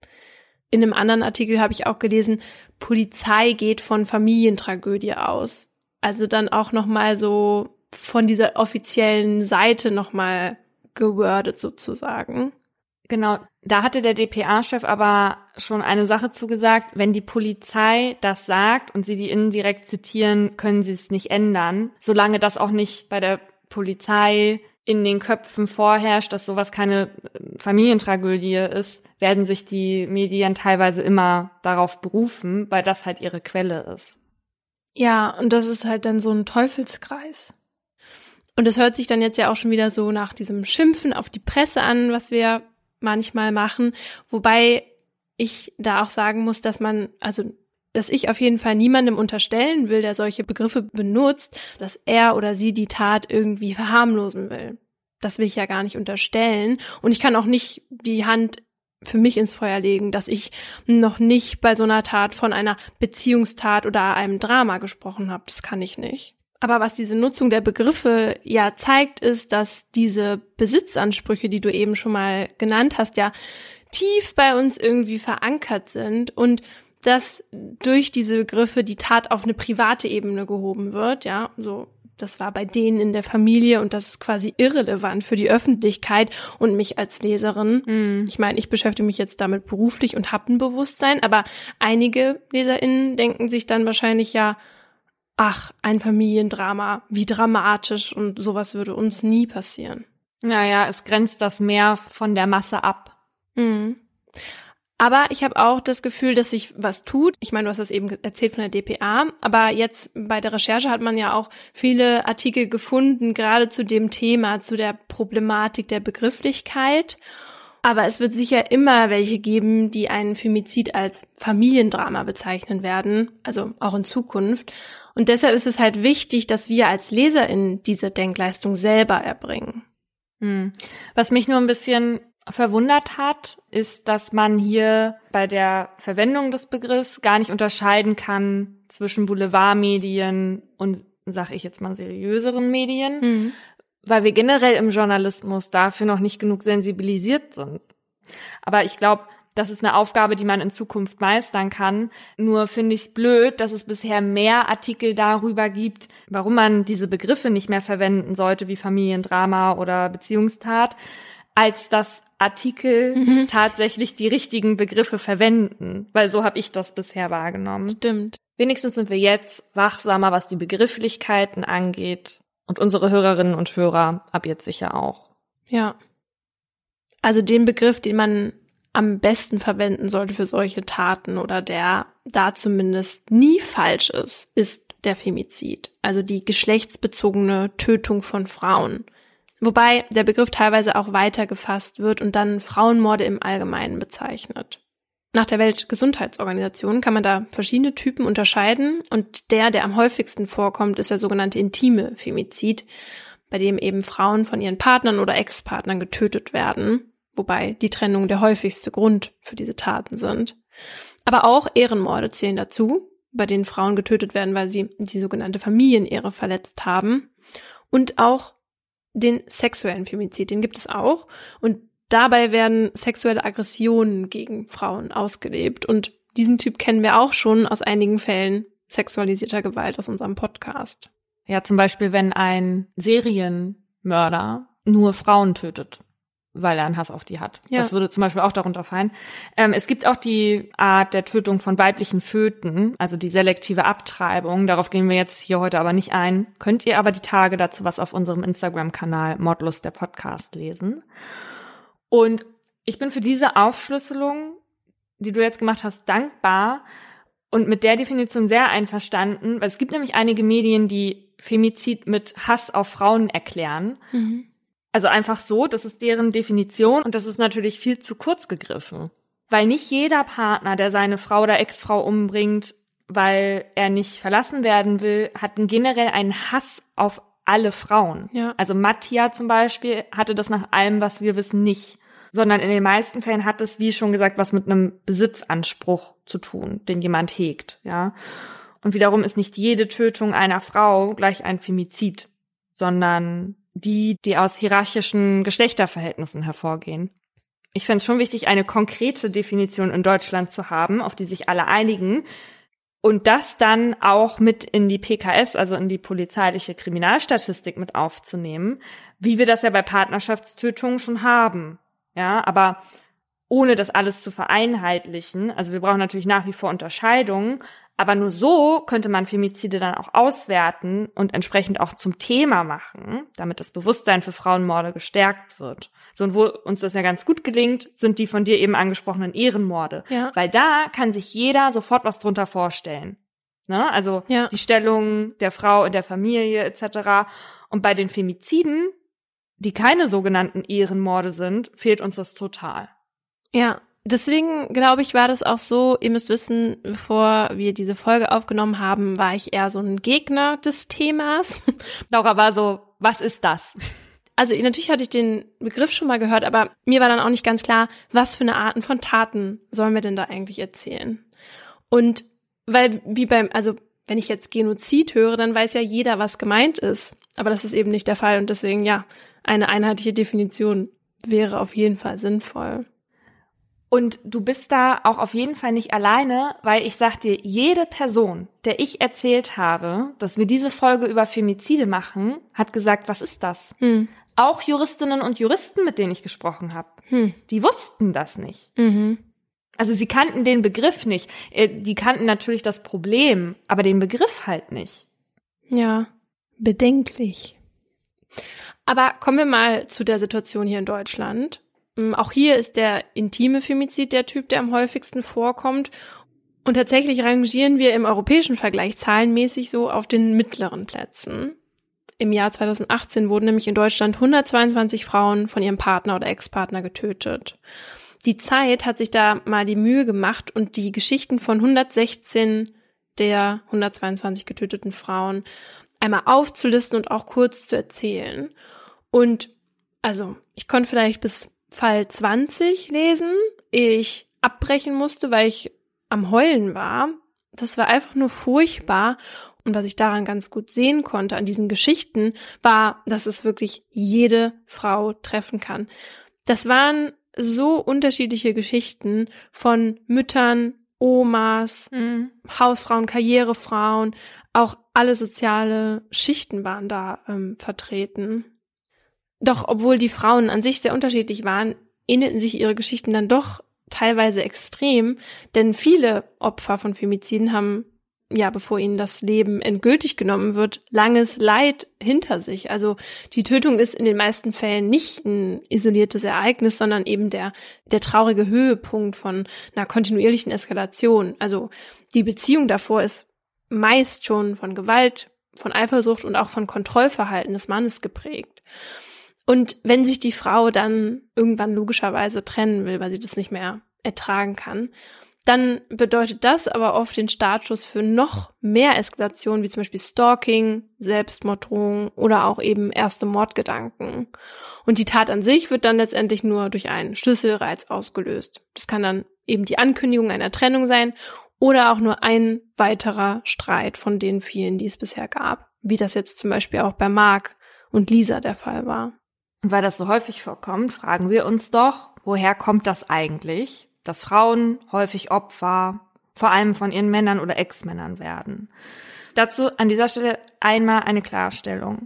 In einem anderen Artikel habe ich auch gelesen, Polizei geht von Familientragödie aus. Also dann auch nochmal so von dieser offiziellen Seite nochmal gewordet sozusagen. Genau, da hatte der dpa-Chef aber schon eine Sache zugesagt, wenn die Polizei das sagt und sie die indirekt zitieren, können sie es nicht ändern. Solange das auch nicht bei der Polizei in den Köpfen vorherrscht, dass sowas keine Familientragödie ist, werden sich die Medien teilweise immer darauf berufen, weil das halt ihre Quelle ist. Ja, und das ist halt dann so ein Teufelskreis. Und es hört sich dann jetzt ja auch schon wieder so nach diesem Schimpfen auf die Presse an, was wir manchmal machen. Wobei ich da auch sagen muss, dass ich auf jeden Fall niemandem unterstellen will, der solche Begriffe benutzt, dass er oder sie die Tat irgendwie verharmlosen will. Das will ich ja gar nicht unterstellen. Und ich kann auch nicht die Hand für mich ins Feuer legen, dass ich noch nicht bei so einer Tat von einer Beziehungstat oder einem Drama gesprochen habe. Das kann ich nicht. Aber was diese Nutzung der Begriffe ja zeigt, ist, dass diese Besitzansprüche, die du eben schon mal genannt hast, ja tief bei uns irgendwie verankert sind und dass durch diese Begriffe die Tat auf eine private Ebene gehoben wird, ja, so. Das war bei denen in der Familie und das ist quasi irrelevant für die Öffentlichkeit und mich als Leserin. Ich meine, ich beschäftige mich jetzt damit beruflich und habe ein Bewusstsein, aber einige LeserInnen denken sich dann wahrscheinlich ja, ach, ein Familiendrama, wie dramatisch und sowas würde uns nie passieren. Naja, es grenzt das mehr von der Masse ab. Aber ich habe auch das Gefühl, dass sich was tut. Ich meine, du hast das eben erzählt von der dpa, aber jetzt bei der Recherche hat man ja auch viele Artikel gefunden, gerade zu dem Thema, zu der Problematik der Begrifflichkeit. Aber es wird sicher immer welche geben, die einen Femizid als Familiendrama bezeichnen werden, also auch in Zukunft. Und deshalb ist es halt wichtig, dass wir als LeserInnen diese Denkleistung selber erbringen. Was mich nur ein bisschen verwundert hat, ist, dass man hier bei der Verwendung des Begriffs gar nicht unterscheiden kann zwischen Boulevardmedien und, sag ich jetzt mal, seriöseren Medien, weil wir generell im Journalismus dafür noch nicht genug sensibilisiert sind. Aber ich glaube, das ist eine Aufgabe, die man in Zukunft meistern kann. Nur finde ich es blöd, dass es bisher mehr Artikel darüber gibt, warum man diese Begriffe nicht mehr verwenden sollte, wie Familiendrama oder Beziehungstat, als dass Artikel tatsächlich die richtigen Begriffe verwenden. Weil so habe ich das bisher wahrgenommen. Stimmt. Wenigstens sind wir jetzt wachsamer, was die Begrifflichkeiten angeht. Und unsere Hörerinnen und Hörer ab jetzt sicher auch. Ja. Also den Begriff, den man am besten verwenden sollte für solche Taten oder der da zumindest nie falsch ist der Femizid. Also die geschlechtsbezogene Tötung von Frauen. Wobei der Begriff teilweise auch weiter gefasst wird und dann Frauenmorde im Allgemeinen bezeichnet. Nach der Weltgesundheitsorganisation kann man da verschiedene Typen unterscheiden und der am häufigsten vorkommt, ist der sogenannte intime Femizid, bei dem eben Frauen von ihren Partnern oder Ex-Partnern getötet werden, wobei die Trennung der häufigste Grund für diese Taten sind. Aber auch Ehrenmorde zählen dazu, bei denen Frauen getötet werden, weil sie die sogenannte Familienehre verletzt haben. Und auch den sexuellen Femizid, den gibt es auch. Und dabei werden sexuelle Aggressionen gegen Frauen ausgelebt. Und diesen Typ kennen wir auch schon aus einigen Fällen sexualisierter Gewalt aus unserem Podcast. Ja, zum Beispiel, wenn ein Serienmörder nur Frauen tötet, weil er einen Hass auf die hat. Ja. Das würde zum Beispiel auch darunter fallen. Es gibt auch die Art der Tötung von weiblichen Föten, also die selektive Abtreibung. Darauf gehen wir jetzt hier heute aber nicht ein. Könnt ihr aber die Tage dazu was auf unserem Instagram-Kanal Mordlust der Podcast lesen. Und ich bin für diese Aufschlüsselung, die du jetzt gemacht hast, dankbar und mit der Definition sehr einverstanden, weil es gibt nämlich einige Medien, die Femizid mit Hass auf Frauen erklären. Also einfach so, das ist deren Definition und das ist natürlich viel zu kurz gegriffen. Weil nicht jeder Partner, der seine Frau oder Ex-Frau umbringt, weil er nicht verlassen werden will, hat generell einen Hass auf alle Frauen. Ja. Also Mattia zum Beispiel hatte das nach allem, was wir wissen, nicht. sondern in den meisten Fällen hat es, wie schon gesagt, was mit einem Besitzanspruch zu tun, den jemand hegt, ja. Und wiederum ist nicht jede Tötung einer Frau gleich ein Femizid, sondern die aus hierarchischen Geschlechterverhältnissen hervorgehen. Ich fände es schon wichtig, eine konkrete Definition in Deutschland zu haben, auf die sich alle einigen, und das dann auch mit in die PKS, also in die polizeiliche Kriminalstatistik mit aufzunehmen, wie wir das ja bei Partnerschaftstötungen schon haben. Ja, aber ohne das alles zu vereinheitlichen. Also wir brauchen natürlich nach wie vor Unterscheidungen, aber nur so könnte man Femizide dann auch auswerten und entsprechend auch zum Thema machen, damit das Bewusstsein für Frauenmorde gestärkt wird. So, und wo uns das ja ganz gut gelingt, sind die von dir eben angesprochenen Ehrenmorde. Ja. Weil da kann sich jeder sofort was drunter vorstellen. Ne? Also die Stellung der Frau in der Familie etc. Und bei den Femiziden, die keine sogenannten Ehrenmorde sind, fehlt uns das total. Ja, deswegen glaube ich, war das auch so, ihr müsst wissen, bevor wir diese Folge aufgenommen haben, war ich eher so ein Gegner des Themas. Laura war so, was ist das? Also natürlich hatte ich den Begriff schon mal gehört, aber mir war dann auch nicht ganz klar, was für eine Arten von Taten sollen wir denn da eigentlich erzählen? Und weil wenn ich jetzt Genozid höre, dann weiß ja jeder, was gemeint ist. Aber das ist eben nicht der Fall und deswegen, eine einheitliche Definition wäre auf jeden Fall sinnvoll. Und du bist da auch auf jeden Fall nicht alleine, weil ich sag dir, jede Person, der ich erzählt habe, dass wir diese Folge über Femizide machen, hat gesagt, was ist das? Auch Juristinnen und Juristen, mit denen ich gesprochen habe, die wussten das nicht. Also sie kannten den Begriff nicht. Die kannten natürlich das Problem, aber den Begriff halt nicht. Ja, bedenklich. Aber kommen wir mal zu der Situation hier in Deutschland. Auch hier ist der intime Femizid der Typ, der am häufigsten vorkommt. Und tatsächlich rangieren wir im europäischen Vergleich zahlenmäßig so auf den mittleren Plätzen. Im Jahr 2018 wurden nämlich in Deutschland 122 Frauen von ihrem Partner oder Ex-Partner getötet. Die Zeit hat sich da mal die Mühe gemacht und die Geschichten von 116 der 122 getöteten Frauen einmal aufzulisten und auch kurz zu erzählen. Und also, ich konnte vielleicht bis Fall 20 lesen, ehe ich abbrechen musste, weil ich am Heulen war. Das war einfach nur furchtbar. Und was ich daran ganz gut sehen konnte an diesen Geschichten, war, dass es wirklich jede Frau treffen kann. Das waren so unterschiedliche Geschichten von Müttern, Omas, Hausfrauen, Karrierefrauen, auch alle soziale Schichten waren da vertreten. Doch obwohl die Frauen an sich sehr unterschiedlich waren, ähnelten sich ihre Geschichten dann doch teilweise extrem, denn viele Opfer von Femiziden haben, bevor ihnen das Leben endgültig genommen wird, langes Leid hinter sich. Also die Tötung ist in den meisten Fällen nicht ein isoliertes Ereignis, sondern eben der traurige Höhepunkt von einer kontinuierlichen Eskalation. Also die Beziehung davor ist meist schon von Gewalt, von Eifersucht und auch von Kontrollverhalten des Mannes geprägt. Und wenn sich die Frau dann irgendwann logischerweise trennen will, weil sie das nicht mehr ertragen kann, dann bedeutet das aber oft den Startschuss für noch mehr Eskalation, wie zum Beispiel Stalking, Selbstmorddrohung oder auch eben erste Mordgedanken. Und die Tat an sich wird dann letztendlich nur durch einen Schlüsselreiz ausgelöst. Das kann dann eben die Ankündigung einer Trennung sein oder auch nur ein weiterer Streit von den vielen, die es bisher gab, wie das jetzt zum Beispiel auch bei Marc und Lisa der Fall war. Und weil das so häufig vorkommt, fragen wir uns doch, woher kommt das eigentlich, dass Frauen häufig Opfer, vor allem von ihren Männern oder Ex-Männern werden? Dazu an dieser Stelle einmal eine Klarstellung.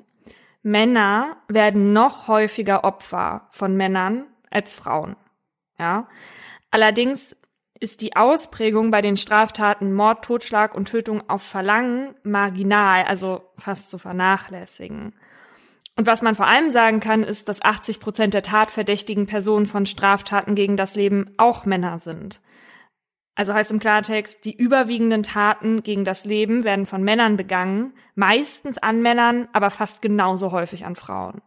Männer werden noch häufiger Opfer von Männern als Frauen. Ja? Allerdings ist die Ausprägung bei den Straftaten Mord, Totschlag und Tötung auf Verlangen marginal, also fast zu vernachlässigen. Und was man vor allem sagen kann, ist, dass 80% der tatverdächtigen Personen von Straftaten gegen das Leben auch Männer sind. Also heißt im Klartext, die überwiegenden Taten gegen das Leben werden von Männern begangen, meistens an Männern, aber fast genauso häufig an Frauen.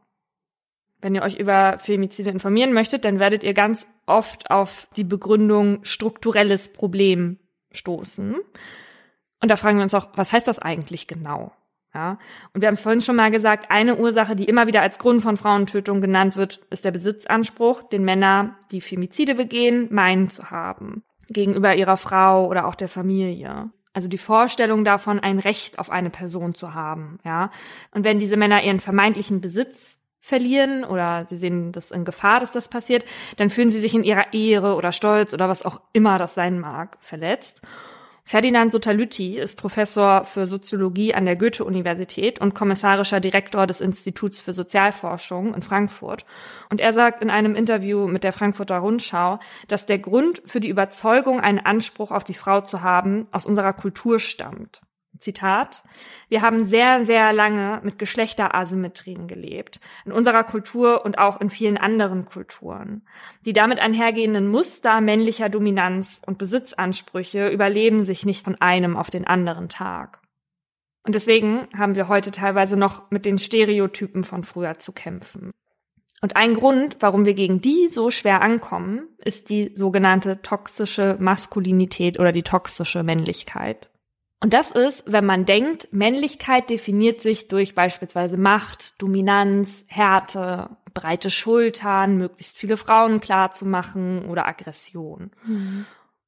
Wenn ihr euch über Femizide informieren möchtet, dann werdet ihr ganz oft auf die Begründung strukturelles Problem stoßen. Und da fragen wir uns auch, was heißt das eigentlich genau? Ja. Und wir haben es vorhin schon mal gesagt, eine Ursache, die immer wieder als Grund von Frauentötung genannt wird, ist der Besitzanspruch, den Männer, die Femizide begehen, meinen zu haben. Gegenüber ihrer Frau oder auch der Familie. Also die Vorstellung davon, ein Recht auf eine Person zu haben. Ja. Und wenn diese Männer ihren vermeintlichen Besitz verlieren oder sie sehen das in Gefahr, dass das passiert, dann fühlen sie sich in ihrer Ehre oder Stolz oder was auch immer das sein mag, verletzt. Ferdinand Sottalütti ist Professor für Soziologie an der Goethe-Universität und kommissarischer Direktor des Instituts für Sozialforschung in Frankfurt. Und er sagt in einem Interview mit der Frankfurter Rundschau, dass der Grund für die Überzeugung, einen Anspruch auf die Frau zu haben, aus unserer Kultur stammt. Zitat: Wir haben sehr, sehr lange mit Geschlechterasymmetrien gelebt, in unserer Kultur und auch in vielen anderen Kulturen. Die damit einhergehenden Muster männlicher Dominanz und Besitzansprüche überleben sich nicht von einem auf den anderen Tag. Und deswegen haben wir heute teilweise noch mit den Stereotypen von früher zu kämpfen. Und ein Grund, warum wir gegen die so schwer ankommen, ist die sogenannte toxische Maskulinität oder die toxische Männlichkeit. Und das ist, wenn man denkt, Männlichkeit definiert sich durch beispielsweise Macht, Dominanz, Härte, breite Schultern, möglichst viele Frauen klarzumachen oder Aggression. Mhm.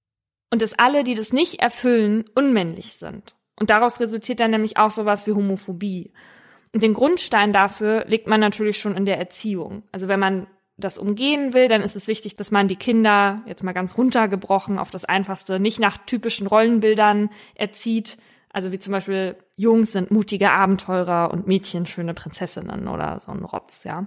Und dass alle, die das nicht erfüllen, unmännlich sind. Und daraus resultiert dann nämlich auch sowas wie Homophobie. Und den Grundstein dafür legt man natürlich schon in der Erziehung. Also wenn man das umgehen will, dann ist es wichtig, dass man die Kinder, jetzt mal ganz runtergebrochen auf das Einfachste, nicht nach typischen Rollenbildern erzieht. Also wie zum Beispiel Jungs sind mutige Abenteurer und Mädchen schöne Prinzessinnen oder so ein Rotz, ja.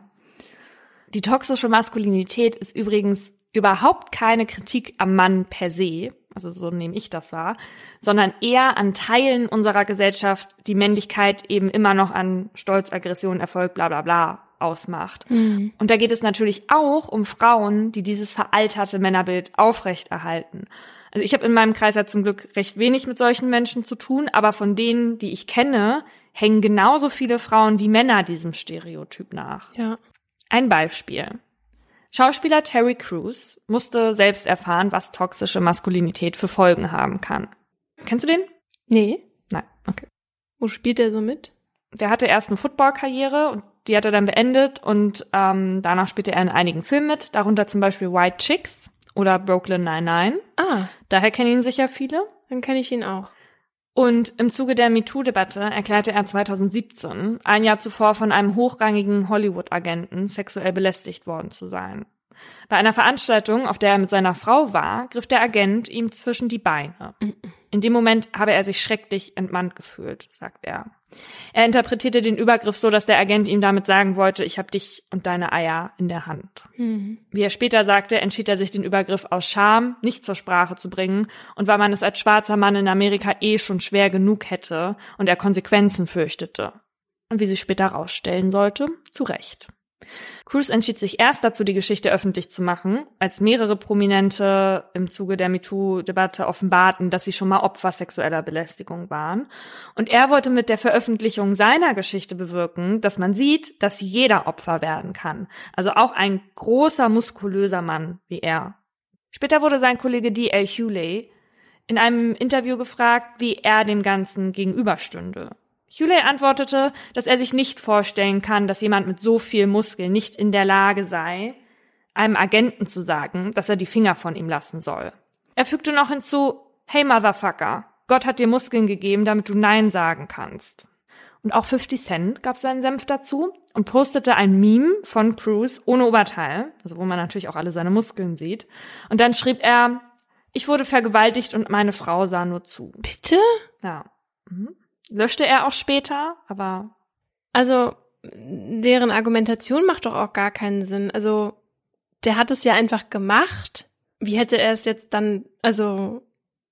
Die toxische Maskulinität ist übrigens überhaupt keine Kritik am Mann per se, also so nehme ich das wahr, sondern eher an Teilen unserer Gesellschaft, die Männlichkeit eben immer noch an Stolz, Aggression, Erfolg, bla bla bla ausmacht. Mhm. Und da geht es natürlich auch um Frauen, die dieses veralterte Männerbild aufrechterhalten. Also ich habe in meinem Kreis ja zum Glück recht wenig mit solchen Menschen zu tun, aber von denen, die ich kenne, hängen genauso viele Frauen wie Männer diesem Stereotyp nach. Ja. Ein Beispiel. Schauspieler Terry Crews musste selbst erfahren, was toxische Maskulinität für Folgen haben kann. Kennst du den? Nee. Nein, okay. Wo spielt er so mit? Der hatte erst eine Football-Karriere und die hat er dann beendet und danach spielte er in einigen Filmen mit, darunter zum Beispiel White Chicks oder Brooklyn Nine-Nine. Ah. Daher kennen ihn sicher viele. Dann kenne ich ihn auch. Und im Zuge der MeToo-Debatte erklärte er 2017, ein Jahr zuvor von einem hochrangigen Hollywood-Agenten sexuell belästigt worden zu sein. Bei einer Veranstaltung, auf der er mit seiner Frau war, griff der Agent ihm zwischen die Beine. In dem Moment habe er sich schrecklich entmannt gefühlt, sagt er. Er interpretierte den Übergriff so, dass der Agent ihm damit sagen wollte, ich habe dich und deine Eier in der Hand. Mhm. Wie er später sagte, entschied er sich, den Übergriff aus Scham nicht zur Sprache zu bringen und weil man es als schwarzer Mann in Amerika schon schwer genug hätte und er Konsequenzen fürchtete. Und wie sich später herausstellen sollte, zu Recht. Crews entschied sich erst dazu, die Geschichte öffentlich zu machen, als mehrere Prominente im Zuge der MeToo-Debatte offenbarten, dass sie schon mal Opfer sexueller Belästigung waren. Und er wollte mit der Veröffentlichung seiner Geschichte bewirken, dass man sieht, dass jeder Opfer werden kann. Also auch ein großer, muskulöser Mann wie er. Später wurde sein Kollege D.L. Hewley in einem Interview gefragt, wie er dem Ganzen gegenüberstünde. Hewley antwortete, dass er sich nicht vorstellen kann, dass jemand mit so viel Muskeln nicht in der Lage sei, einem Agenten zu sagen, dass er die Finger von ihm lassen soll. Er fügte noch hinzu, hey Motherfucker, Gott hat dir Muskeln gegeben, damit du Nein sagen kannst. Und auch 50 Cent gab seinen Senf dazu und postete ein Meme von Crews ohne Oberteil, also wo man natürlich auch alle seine Muskeln sieht. Und dann schrieb er, ich wurde vergewaltigt und meine Frau sah nur zu. Bitte? Ja. Löschte er auch später, aber... Also, deren Argumentation macht doch auch gar keinen Sinn. Also, der hat es ja einfach gemacht. Wie hätte er es jetzt dann, also,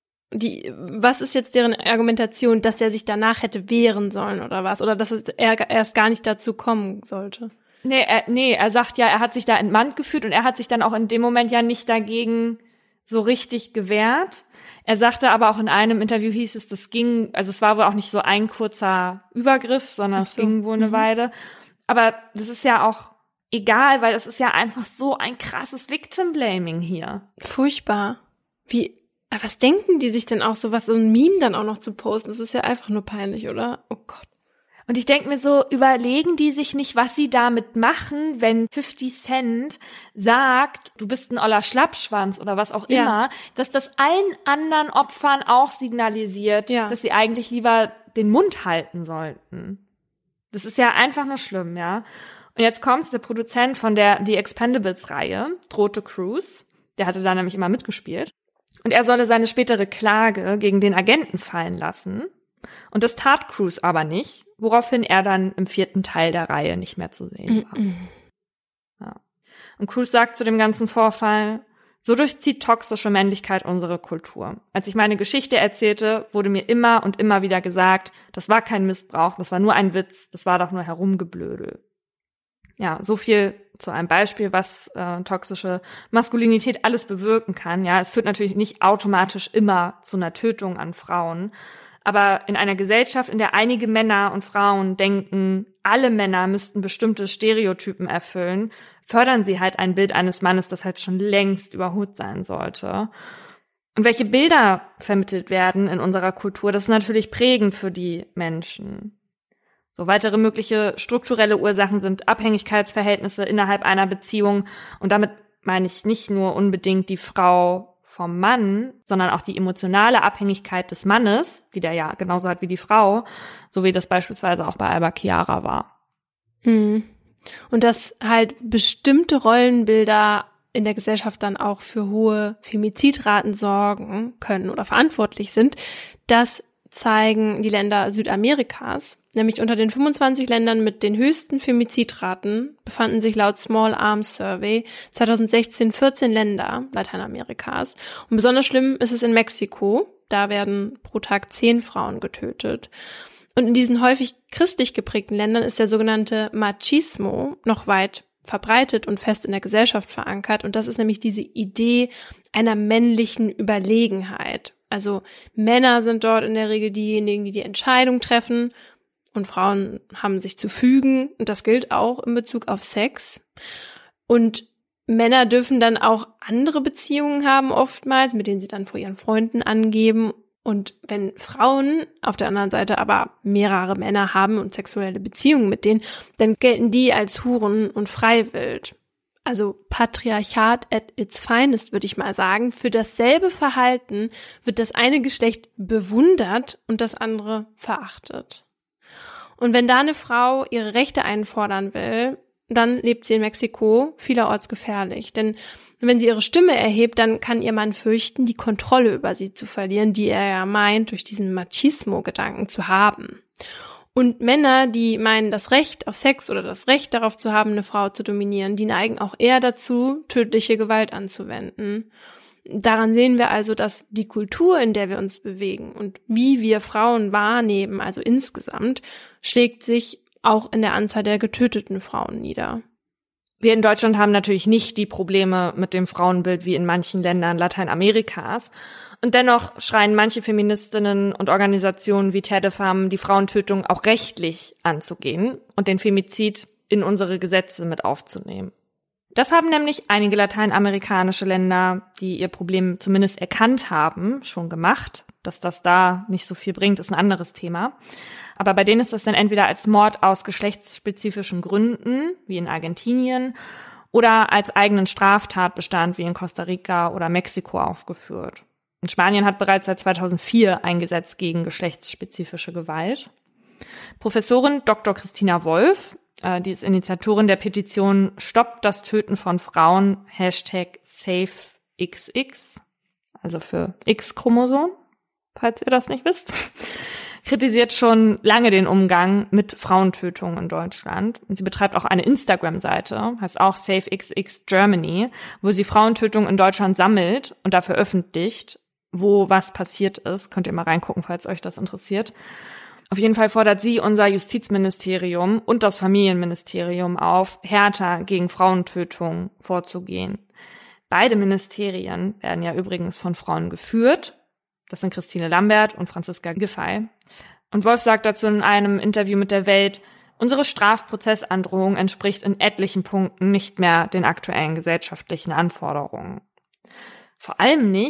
was ist jetzt deren Argumentation, dass er sich danach hätte wehren sollen oder was? Oder dass er erst gar nicht dazu kommen sollte? Nee, er sagt ja, er hat sich da entmannt gefühlt und er hat sich dann auch in dem Moment ja nicht dagegen so richtig gewehrt. Er sagte aber auch in einem Interview hieß es, es war wohl auch nicht so ein kurzer Übergriff, sondern es ging wohl eine Weile. Aber das ist ja auch egal, weil es ist ja einfach so ein krasses Victim-Blaming hier. Furchtbar. Was denken die sich denn auch so ein Meme dann auch noch zu posten? Das ist ja einfach nur peinlich, oder? Oh Gott. Und ich denke mir so, überlegen die sich nicht, was sie damit machen, wenn 50 Cent sagt, du bist ein oller Schlappschwanz oder was auch immer, dass das allen anderen Opfern auch signalisiert, dass sie eigentlich lieber den Mund halten sollten. Das ist ja einfach nur schlimm, ja. Und jetzt kommt's, der Produzent von der The Expendables-Reihe drohte Cruise, der hatte da nämlich immer mitgespielt, und er solle seine spätere Klage gegen den Agenten fallen lassen. Und das tat Cruise aber nicht, woraufhin er dann im 4. Teil der Reihe nicht mehr zu sehen war. Ja. Und Cruise sagt zu dem ganzen Vorfall, so durchzieht toxische Männlichkeit unsere Kultur. Als ich meine Geschichte erzählte, wurde mir immer und immer wieder gesagt, das war kein Missbrauch, das war nur ein Witz, das war doch nur Herumgeblödel. Ja, so viel zu einem Beispiel, was toxische Maskulinität alles bewirken kann. Ja, es führt natürlich nicht automatisch immer zu einer Tötung an Frauen. Aber in einer Gesellschaft, in der einige Männer und Frauen denken, alle Männer müssten bestimmte Stereotypen erfüllen, fördern sie halt ein Bild eines Mannes, das halt schon längst überholt sein sollte. Und welche Bilder vermittelt werden in unserer Kultur, das ist natürlich prägend für die Menschen. So weitere mögliche strukturelle Ursachen sind Abhängigkeitsverhältnisse innerhalb einer Beziehung. Und damit meine ich nicht nur unbedingt die Frau vom Mann, sondern auch die emotionale Abhängigkeit des Mannes, die der ja genauso hat wie die Frau, so wie das beispielsweise auch bei Alba Chiara war. Und dass halt bestimmte Rollenbilder in der Gesellschaft dann auch für hohe Femizidraten sorgen können oder verantwortlich sind, das zeigen die Länder Südamerikas. Nämlich unter den 25 Ländern mit den höchsten Femizidraten befanden sich laut Small Arms Survey 2016 14 Länder Lateinamerikas. Und besonders schlimm ist es in Mexiko. Da werden pro Tag 10 Frauen getötet. Und in diesen häufig christlich geprägten Ländern ist der sogenannte Machismo noch weit verbreitet und fest in der Gesellschaft verankert. Und das ist nämlich diese Idee einer männlichen Überlegenheit. Also Männer sind dort in der Regel diejenigen, die die Entscheidung treffen, und Frauen haben sich zu fügen. Und das gilt auch in Bezug auf Sex. Und Männer dürfen dann auch andere Beziehungen haben oftmals, mit denen sie dann vor ihren Freunden angeben. Und wenn Frauen auf der anderen Seite aber mehrere Männer haben und sexuelle Beziehungen mit denen, dann gelten die als Huren und Freiwild. Also Patriarchat at its finest, würde ich mal sagen. Für dasselbe Verhalten wird das eine Geschlecht bewundert und das andere verachtet. Und wenn da eine Frau ihre Rechte einfordern will, dann lebt sie in Mexiko vielerorts gefährlich. Denn wenn sie ihre Stimme erhebt, dann kann ihr Mann fürchten, die Kontrolle über sie zu verlieren, die er ja meint, durch diesen Machismo-Gedanken zu haben. Und Männer, die meinen, das Recht auf Sex oder das Recht darauf zu haben, eine Frau zu dominieren, die neigen auch eher dazu, tödliche Gewalt anzuwenden. Daran sehen wir also, dass die Kultur, in der wir uns bewegen und wie wir Frauen wahrnehmen, also insgesamt, schlägt sich auch in der Anzahl der getöteten Frauen nieder. Wir in Deutschland haben natürlich nicht die Probleme mit dem Frauenbild wie in manchen Ländern Lateinamerikas. Und dennoch schreien manche Feministinnen und Organisationen wie Terre de Femmes, die Frauentötung auch rechtlich anzugehen und den Femizid in unsere Gesetze mit aufzunehmen. Das haben nämlich einige lateinamerikanische Länder, die ihr Problem zumindest erkannt haben, schon gemacht. Dass das da nicht so viel bringt, ist ein anderes Thema. Aber bei denen ist das dann entweder als Mord aus geschlechtsspezifischen Gründen, wie in Argentinien, oder als eigenen Straftatbestand, wie in Costa Rica oder Mexiko, aufgeführt. Und Spanien hat bereits seit 2004 ein Gesetz gegen geschlechtsspezifische Gewalt. Professorin Dr. Christina Wolf, die ist Initiatorin der Petition Stoppt das Töten von Frauen, #SafeXX, also für X-Chromosom, falls ihr das nicht wisst, kritisiert schon lange den Umgang mit Frauentötungen in Deutschland. Und sie betreibt auch eine Instagram-Seite, heißt auch SafeXX Germany, wo sie Frauentötungen in Deutschland sammelt und da veröffentlicht, wo was passiert ist. Könnt ihr mal reingucken, falls euch das interessiert. Auf jeden Fall fordert sie unser Justizministerium und das Familienministerium auf, härter gegen Frauentötungen vorzugehen. Beide Ministerien werden ja übrigens von Frauen geführt. Das sind Christine Lambert und Franziska Giffey. Und Wolf sagt dazu in einem Interview mit der Welt, unsere Strafprozessandrohung entspricht in etlichen Punkten nicht mehr den aktuellen gesellschaftlichen Anforderungen. Vor allem nicht,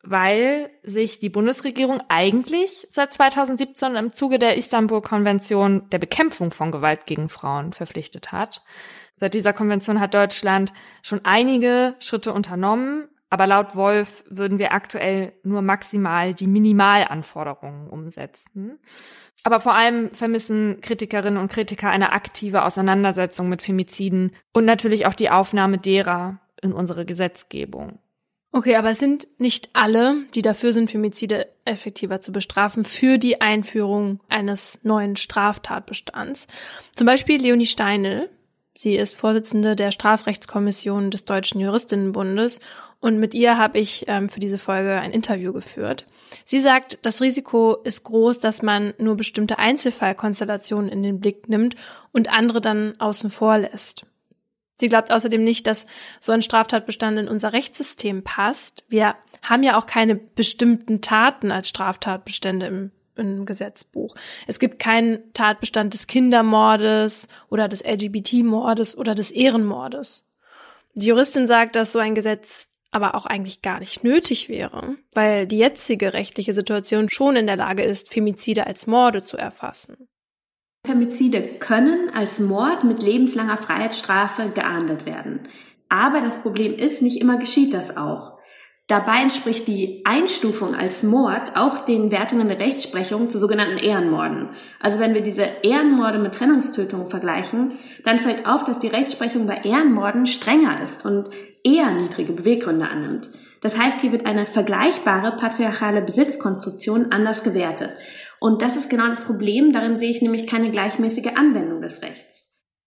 weil sich die Bundesregierung eigentlich seit 2017 im Zuge der Istanbul-Konvention der Bekämpfung von Gewalt gegen Frauen verpflichtet hat. Seit dieser Konvention hat Deutschland schon einige Schritte unternommen, aber laut Wolf würden wir aktuell nur maximal die Minimalanforderungen umsetzen. Aber vor allem vermissen Kritikerinnen und Kritiker eine aktive Auseinandersetzung mit Femiziden und natürlich auch die Aufnahme derer in unsere Gesetzgebung. Okay, aber es sind nicht alle, die dafür sind, Femizide effektiver zu bestrafen, für die Einführung eines neuen Straftatbestands. Zum Beispiel Leonie Steinl. Sie ist Vorsitzende der Strafrechtskommission des Deutschen Juristinnenbundes und mit ihr habe ich für diese Folge ein Interview geführt. Sie sagt, das Risiko ist groß, dass man nur bestimmte Einzelfallkonstellationen in den Blick nimmt und andere dann außen vor lässt. Sie glaubt außerdem nicht, dass so ein Straftatbestand in unser Rechtssystem passt. Wir haben ja auch keine bestimmten Taten als Straftatbestände im Gesetzbuch. Es gibt keinen Tatbestand des Kindermordes oder des LGBT-Mordes oder des Ehrenmordes. Die Juristin sagt, dass so ein Gesetz aber auch eigentlich gar nicht nötig wäre, weil die jetzige rechtliche Situation schon in der Lage ist, Femizide als Morde zu erfassen. Femizide können als Mord mit lebenslanger Freiheitsstrafe geahndet werden. Aber das Problem ist, nicht immer geschieht das auch. Dabei entspricht die Einstufung als Mord auch den Wertungen der Rechtsprechung zu sogenannten Ehrenmorden. Also wenn wir diese Ehrenmorde mit Trennungstötungen vergleichen, dann fällt auf, dass die Rechtsprechung bei Ehrenmorden strenger ist und eher niedrige Beweggründe annimmt. Das heißt, hier wird eine vergleichbare patriarchale Besitzkonstruktion anders gewertet. Und das ist genau das Problem, darin sehe ich nämlich keine gleichmäßige Anwendung des Rechts.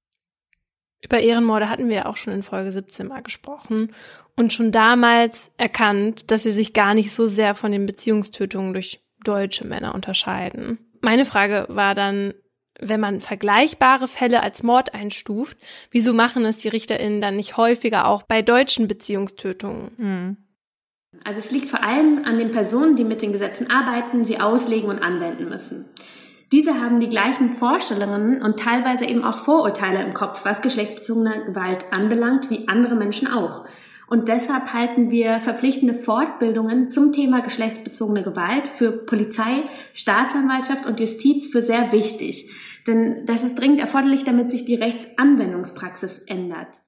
Über Ehrenmorde hatten wir ja auch schon in Folge 17 mal gesprochen und schon damals erkannt, dass sie sich gar nicht so sehr von den Beziehungstötungen durch deutsche Männer unterscheiden. Meine Frage war dann, wenn man vergleichbare Fälle als Mord einstuft, wieso machen es die RichterInnen dann nicht häufiger auch bei deutschen Beziehungstötungen? Also es liegt vor allem an den Personen, die mit den Gesetzen arbeiten, sie auslegen und anwenden müssen. Diese haben die gleichen Vorstellungen und teilweise eben auch Vorurteile im Kopf, was geschlechtsbezogene Gewalt anbelangt, wie andere Menschen auch. Und deshalb halten wir verpflichtende Fortbildungen zum Thema geschlechtsbezogene Gewalt für Polizei, Staatsanwaltschaft und Justiz für sehr wichtig. Denn das ist dringend erforderlich, damit sich die Rechtsanwendungspraxis ändert.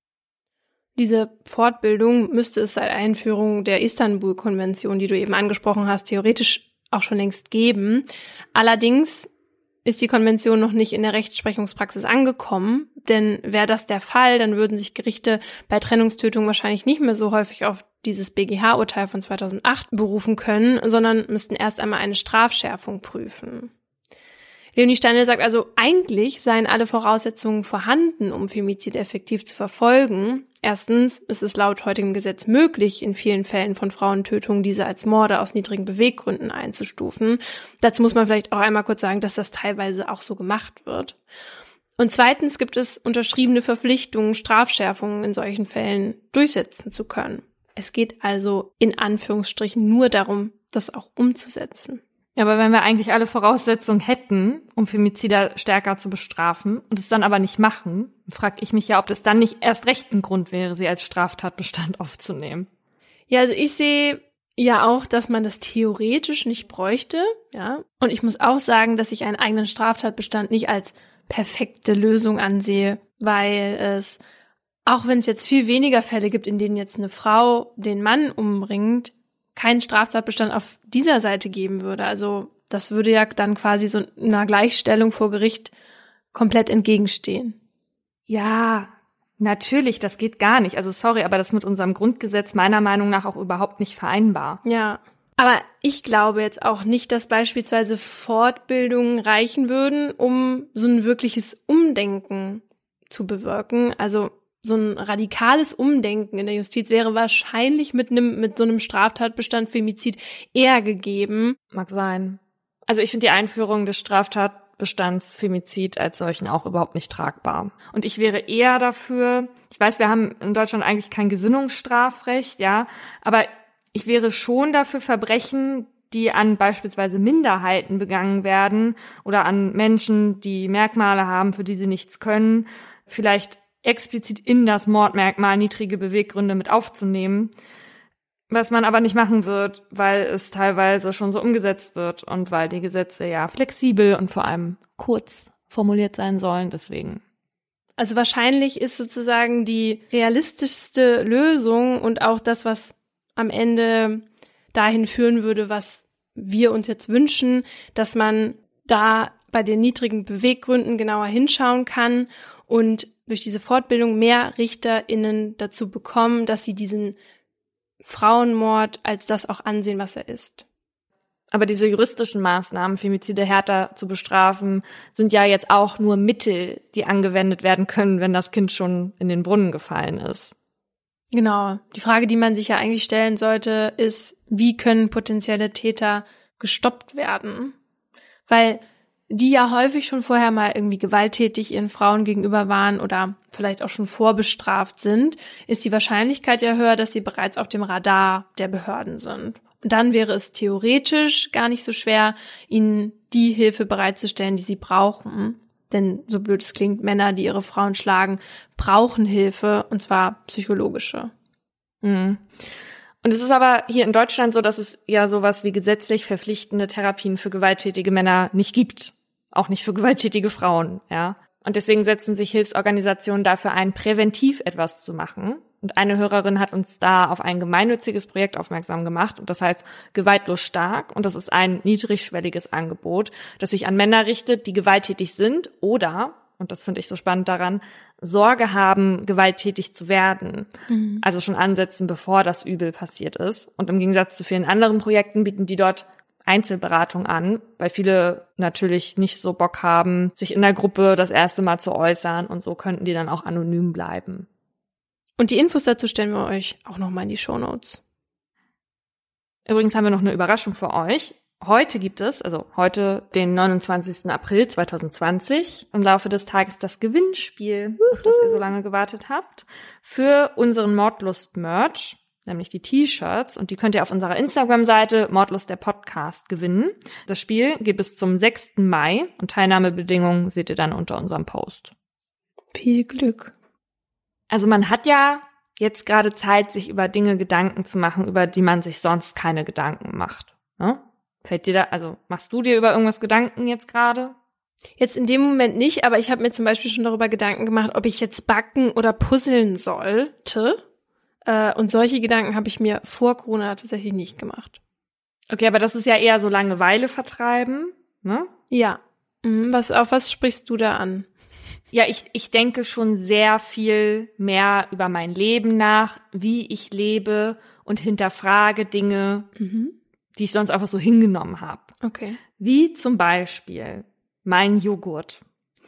Diese Fortbildung müsste es seit Einführung der Istanbul-Konvention, die du eben angesprochen hast, theoretisch auch schon längst geben. Allerdings ist die Konvention noch nicht in der Rechtsprechungspraxis angekommen, denn wäre das der Fall, dann würden sich Gerichte bei Trennungstötungen wahrscheinlich nicht mehr so häufig auf dieses BGH-Urteil von 2008 berufen können, sondern müssten erst einmal eine Strafschärfung prüfen. Leonie Steinl sagt also, eigentlich seien alle Voraussetzungen vorhanden, um Femizid effektiv zu verfolgen. Erstens ist es laut heutigem Gesetz möglich, in vielen Fällen von Frauentötungen diese als Morde aus niedrigen Beweggründen einzustufen. Dazu muss man vielleicht auch einmal kurz sagen, dass das teilweise auch so gemacht wird. Und zweitens gibt es unterschriebene Verpflichtungen, Strafschärfungen in solchen Fällen durchsetzen zu können. Es geht also in Anführungsstrichen nur darum, das auch umzusetzen. Ja, aber wenn wir eigentlich alle Voraussetzungen hätten, um Femizide stärker zu bestrafen und es dann aber nicht machen, frage ich mich ja, ob das dann nicht erst recht ein Grund wäre, sie als Straftatbestand aufzunehmen. Ja, also ich sehe ja auch, dass man das theoretisch nicht bräuchte, ja. Und ich muss auch sagen, dass ich einen eigenen Straftatbestand nicht als perfekte Lösung ansehe, weil es, auch wenn es jetzt viel weniger Fälle gibt, in denen jetzt eine Frau den Mann umbringt, keinen Straftatbestand auf dieser Seite geben würde. Also das würde ja dann quasi so einer Gleichstellung vor Gericht komplett entgegenstehen. Ja, natürlich, das geht gar nicht. Also sorry, aber das ist mit unserem Grundgesetz meiner Meinung nach auch überhaupt nicht vereinbar. Ja, aber ich glaube jetzt auch nicht, dass beispielsweise Fortbildungen reichen würden, um so ein wirkliches Umdenken zu bewirken. Also so ein radikales Umdenken in der Justiz wäre wahrscheinlich mit so einem Straftatbestand Femizid eher gegeben. Mag sein. Also ich finde die Einführung des Straftatbestands Femizid als solchen auch überhaupt nicht tragbar. Und ich wäre eher dafür, ich weiß, wir haben in Deutschland eigentlich kein Gesinnungsstrafrecht, ja, aber ich wäre schon dafür, Verbrechen, die an beispielsweise Minderheiten begangen werden oder an Menschen, die Merkmale haben, für die sie nichts können, vielleicht explizit in das Mordmerkmal niedrige Beweggründe mit aufzunehmen. Was man aber nicht machen wird, weil es teilweise schon so umgesetzt wird und weil die Gesetze ja flexibel und vor allem kurz formuliert sein sollen, deswegen. Also wahrscheinlich ist sozusagen die realistischste Lösung und auch das, was am Ende dahin führen würde, was wir uns jetzt wünschen, dass man da bei den niedrigen Beweggründen genauer hinschauen kann und durch diese Fortbildung mehr RichterInnen dazu bekommen, dass sie diesen Frauenmord als das auch ansehen, was er ist. Aber diese juristischen Maßnahmen, Femizide härter zu bestrafen, sind ja jetzt auch nur Mittel, die angewendet werden können, wenn das Kind schon in den Brunnen gefallen ist. Genau. Die Frage, die man sich ja eigentlich stellen sollte, ist, wie können potenzielle Täter gestoppt werden? Weil die ja häufig schon vorher mal irgendwie gewalttätig ihren Frauen gegenüber waren oder vielleicht auch schon vorbestraft sind, ist die Wahrscheinlichkeit ja höher, dass sie bereits auf dem Radar der Behörden sind. Und dann wäre es theoretisch gar nicht so schwer, ihnen die Hilfe bereitzustellen, die sie brauchen. Denn so blöd es klingt, Männer, die ihre Frauen schlagen, brauchen Hilfe, und zwar psychologische. Mhm. Und es ist aber hier in Deutschland so, dass es ja sowas wie gesetzlich verpflichtende Therapien für gewalttätige Männer nicht gibt. Auch nicht für gewalttätige Frauen, ja. Und deswegen setzen sich Hilfsorganisationen dafür ein, präventiv etwas zu machen. Und eine Hörerin hat uns da auf ein gemeinnütziges Projekt aufmerksam gemacht. Und das heißt Gewaltlos stark. Und das ist ein niedrigschwelliges Angebot, das sich an Männer richtet, die gewalttätig sind oder, und das finde ich so spannend daran, Sorge haben, gewalttätig zu werden. Mhm. Also schon ansetzen, bevor das Übel passiert ist. Und im Gegensatz zu vielen anderen Projekten bieten die dort Einzelberatung an, weil viele natürlich nicht so Bock haben, sich in der Gruppe das erste Mal zu äußern, und so könnten die dann auch anonym bleiben. Und die Infos dazu stellen wir euch auch nochmal in die Shownotes. Übrigens haben wir noch eine Überraschung für euch. Heute gibt es, also heute, den 29. April 2020, im Laufe des Tages das Gewinnspiel, auf das ihr so lange gewartet habt, für unseren Mordlust-Merch, nämlich die T-Shirts. Und die könnt ihr auf unserer Instagram-Seite Mordlust der Podcast gewinnen. Das Spiel geht bis zum 6. Mai und Teilnahmebedingungen seht ihr dann unter unserem Post. Viel Glück. Also man hat ja jetzt gerade Zeit, sich über Dinge Gedanken zu machen, über die man sich sonst keine Gedanken macht. Ne? Fällt dir da, also machst du dir über irgendwas Gedanken jetzt gerade? Jetzt in dem Moment nicht, aber ich habe mir zum Beispiel schon darüber Gedanken gemacht, ob ich jetzt backen oder puzzeln sollte. Und solche Gedanken habe ich mir vor Corona tatsächlich nicht gemacht. Okay, aber das ist ja eher so Langeweile vertreiben, ne? Ja. Auf was sprichst du da an? Ja, ich denke schon sehr viel mehr über mein Leben nach, wie ich lebe und hinterfrage Dinge, die ich sonst einfach so hingenommen habe. Okay. Wie zum Beispiel mein Joghurt.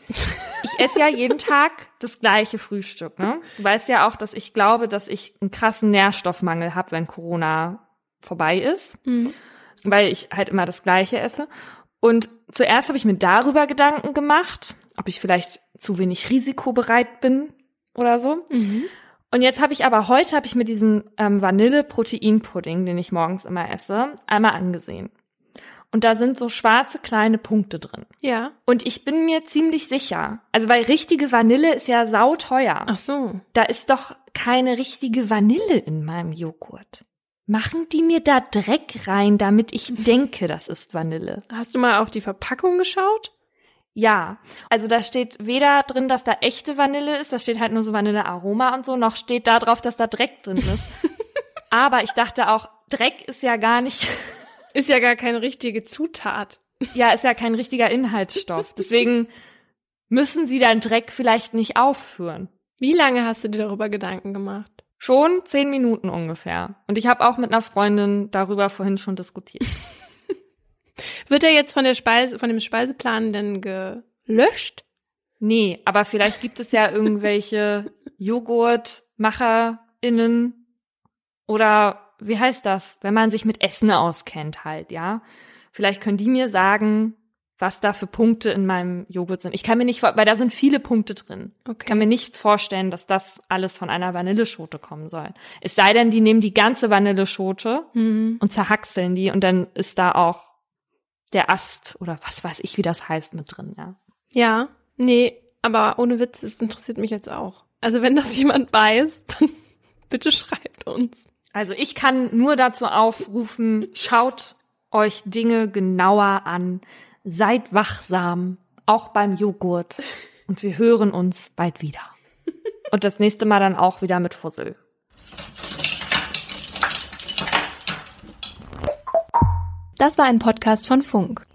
Ich esse ja jeden Tag das gleiche Frühstück, ne? Du weißt ja auch, dass ich glaube, dass ich einen krassen Nährstoffmangel habe, wenn Corona vorbei ist, weil ich halt immer das Gleiche esse. Und zuerst habe ich mir darüber Gedanken gemacht, ob ich vielleicht zu wenig risikobereit bin oder so. Und jetzt heute habe ich mir diesen Vanille-Protein-Pudding, den ich morgens immer esse, einmal angesehen. Und da sind so schwarze kleine Punkte drin. Ja. Und ich bin mir ziemlich sicher, also weil richtige Vanille ist ja sauteuer. Ach so. Da ist doch keine richtige Vanille in meinem Joghurt. Machen die mir da Dreck rein, damit ich denke, das ist Vanille? Hast du mal auf die Verpackung geschaut? Ja, also da steht weder drin, dass da echte Vanille ist, da steht halt nur so Vanillearoma und so, noch steht da drauf, dass da Dreck drin ist. Aber ich dachte auch, Dreck ist ja gar nicht... Ist ja gar keine richtige Zutat. Ja, ist ja kein richtiger Inhaltsstoff. Deswegen müssen sie dann Dreck vielleicht nicht aufführen. Wie lange hast du dir darüber Gedanken gemacht? Schon 10 Minuten ungefähr. Und ich habe auch mit einer Freundin darüber vorhin schon diskutiert. Wird er jetzt von dem Speiseplan denn gelöscht? Nee, aber vielleicht gibt es ja irgendwelche JoghurtmacherInnen oder wie heißt das, wenn man sich mit Essen auskennt halt, ja. Vielleicht können die mir sagen, was da für Punkte in meinem Joghurt sind. Ich kann mir nicht, weil da sind viele Punkte drin. Okay. Ich kann mir nicht vorstellen, dass das alles von einer Vanilleschote kommen soll. Es sei denn, die nehmen die ganze Vanilleschote und zerhackseln die und dann ist da auch der Ast oder was weiß ich, wie das heißt, mit drin, ja. Ja, nee, aber ohne Witz, das interessiert mich jetzt auch. Also wenn das jemand weiß, dann bitte schreibt uns. Also ich kann nur dazu aufrufen, schaut euch Dinge genauer an, seid wachsam, auch beim Joghurt. Und wir hören uns bald wieder. Und das nächste Mal dann auch wieder mit Fussel. Das war ein Podcast von Funk.